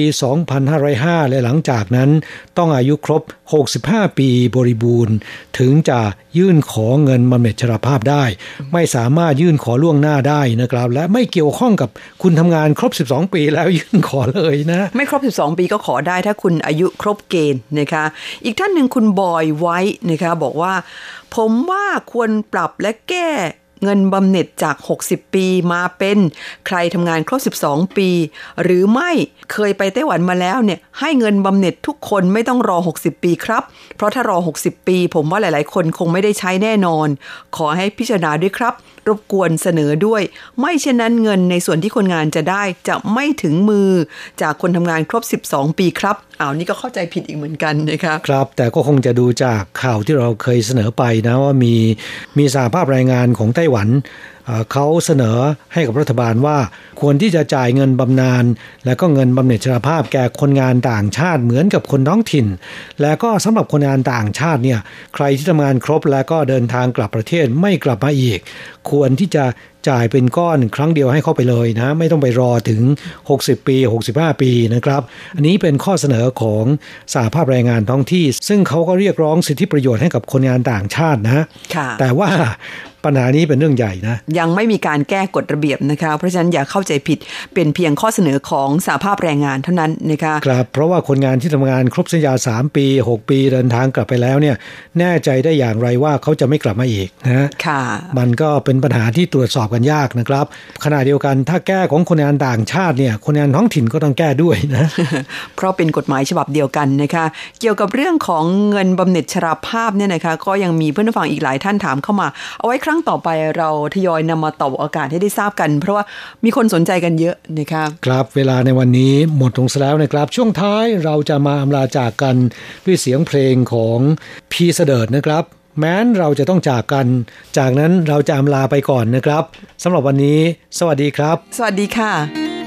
2505และหลังจากนั้นต้องอายุครบ65ปีบริบูรณ์ถึงจะยื่นขอเงินบำเหน็จชราภาพได้ไม่สามารถยื่นขอล่วงหน้าได้นะครับและไม่เกี่ยวข้องกับคุณทำงานครบ12ปีแล้วยื่นขอเลยนะไม่ครบ12ปีก็ขอได้ถ้าคุณอายุครบเกณฑ์นะคะอีกท่านหนึ่งคุณบอยไว้นะคะบอกว่าผมว่าควรปรับและแก้เงินบำเหน็จจาก60ปีมาเป็นใครทำงานครบ12ปีหรือไม่เคยไปไต้หวันมาแล้วเนี่ยให้เงินบำเหน็จทุกคนไม่ต้องรอ60ปีครับเพราะถ้ารอ60ปีผมว่าหลายๆคนคงไม่ได้ใช้แน่นอนขอให้พิจารณาด้วยครับรบกวนเสนอด้วยไม่เช่นนั้นเงินในส่วนที่คนงานจะได้จะไม่ถึงมือจากคนทำงานครบ12ปีครับนี่ก็เข้าใจผิดอีกเหมือนกันนะคะครับแต่ก็คงจะดูจากข่าวที่เราเคยเสนอไปนะว่ามีสหภาพแรงงานของไต้หวันเขาเสนอให้กับรัฐบาลว่าควรที่จะจ่ายเงินบำนาญและก็เงินบำเหน็จชราภาพแก่คนงานต่างชาติเหมือนกับคนท้องถิ่นและก็สำหรับคนงานต่างชาติเนี่ยใครที่ทำงานครบแล้วก็เดินทางกลับประเทศไม่กลับมาอีกควรที่จะจ่ายเป็นก้อนครั้งเดียวให้เข้าไปเลยนะไม่ต้องไปรอถึง60ปี65ปีนะครับอันนี้เป็นข้อเสนอของสหภาพแรงงานท้องที่ซึ่งเขาก็เรียกร้องสิทธิประโยชน์ให้กับคนงานต่างชาตินะแต่ว่าปัญหานี้เป็นเรื่องใหญ่นะยังไม่มีการแก้กฎระเบียบนะคะเพราะฉะนั้นอย่าเข้าใจผิดเป็นเพียงข้อเสนอของสหภาพแรงงานเท่านั้นนะคะครับเพราะว่าคนงานที่ทำงานครบสัญญา3ปี6ปีเดินทางกลับไปแล้วเนี่ยแน่ใจได้อย่างไรว่าเขาจะไม่กลับมาอีกนะค่ะมันก็เป็นปัญหาที่ตรวจสอบกันยากนะครับขณะเดียวกันถ้าแก้ของคนงานต่างชาติเนี่ยคนงานท้องถิ่นก็ต้องแก้ด้วยนะเพราะเป็นกฎหมายฉบับเดียวกันนะคะเกี่ยวกับเรื่องของเงินบำเหน็จชราภาพเนี่ยนะคะก็ยังมีเพื่อนผู้ฟังอีกหลายท่านถามเข้ามาเอาไว้ครั้งต่อไปเราทยอยนำมาตอบอากาศให้ได้ทราบกันเพราะว่ามีคนสนใจกันเยอะนะคะครับเวลาในวันนี้หมดลงแล้วนะครับช่วงท้ายเราจะมาอำลาจากกันด้วยเสียงเพลงของพีเสดิร์ดนะครับแม้นเราจะต้องจากกันจากนั้นเราจะอำลาไปก่อนนะครับสำหรับวันนี้สวัสดีครับสวัสดีค่ะ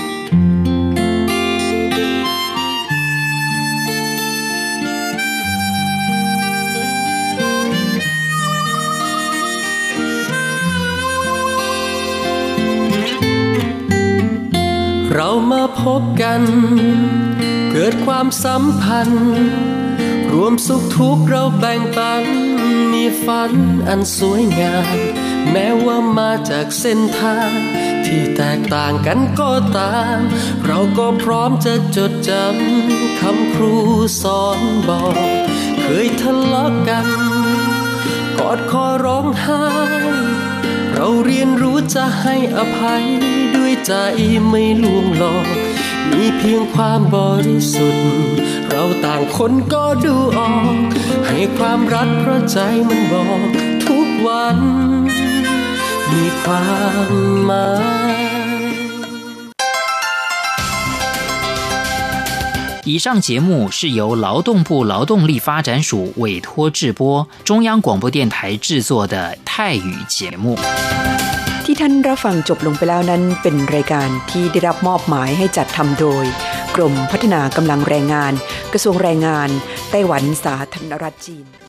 เรามาพบกันเกิดความสัมพันธ์รวมสุขทุกข์เราแบ่งปันมีฝันอันสวยงามแม้ว่ามาจากเส้นทางที่แตกต่างกันก็ตามเราก็พร้อมจะจดจำคำครูสอนบอกเคยทะเลาะกันกอดคอร้องไห้เราเรียนรู้จะให้อภัยด้วยใจไม่ลวงหลอกมีเพียงความบริสุทธิ์เราต่างคนก็ดูออกให้ความรักเพราะใจมันบอกทุกวันมีความหมาย以上节目是由劳动部劳动力发展署委托制播，中央广播电台制作的泰语节目。 ที่ท่านรับฟังจบลงไปแล้วนั้นเป็นรายการที่ได้รับมอบหมายให้จัดทำโดยกรมพัฒนากำลังแรงงานกระทรวงแรงงานไต้หวันสาธารณรัฐจีน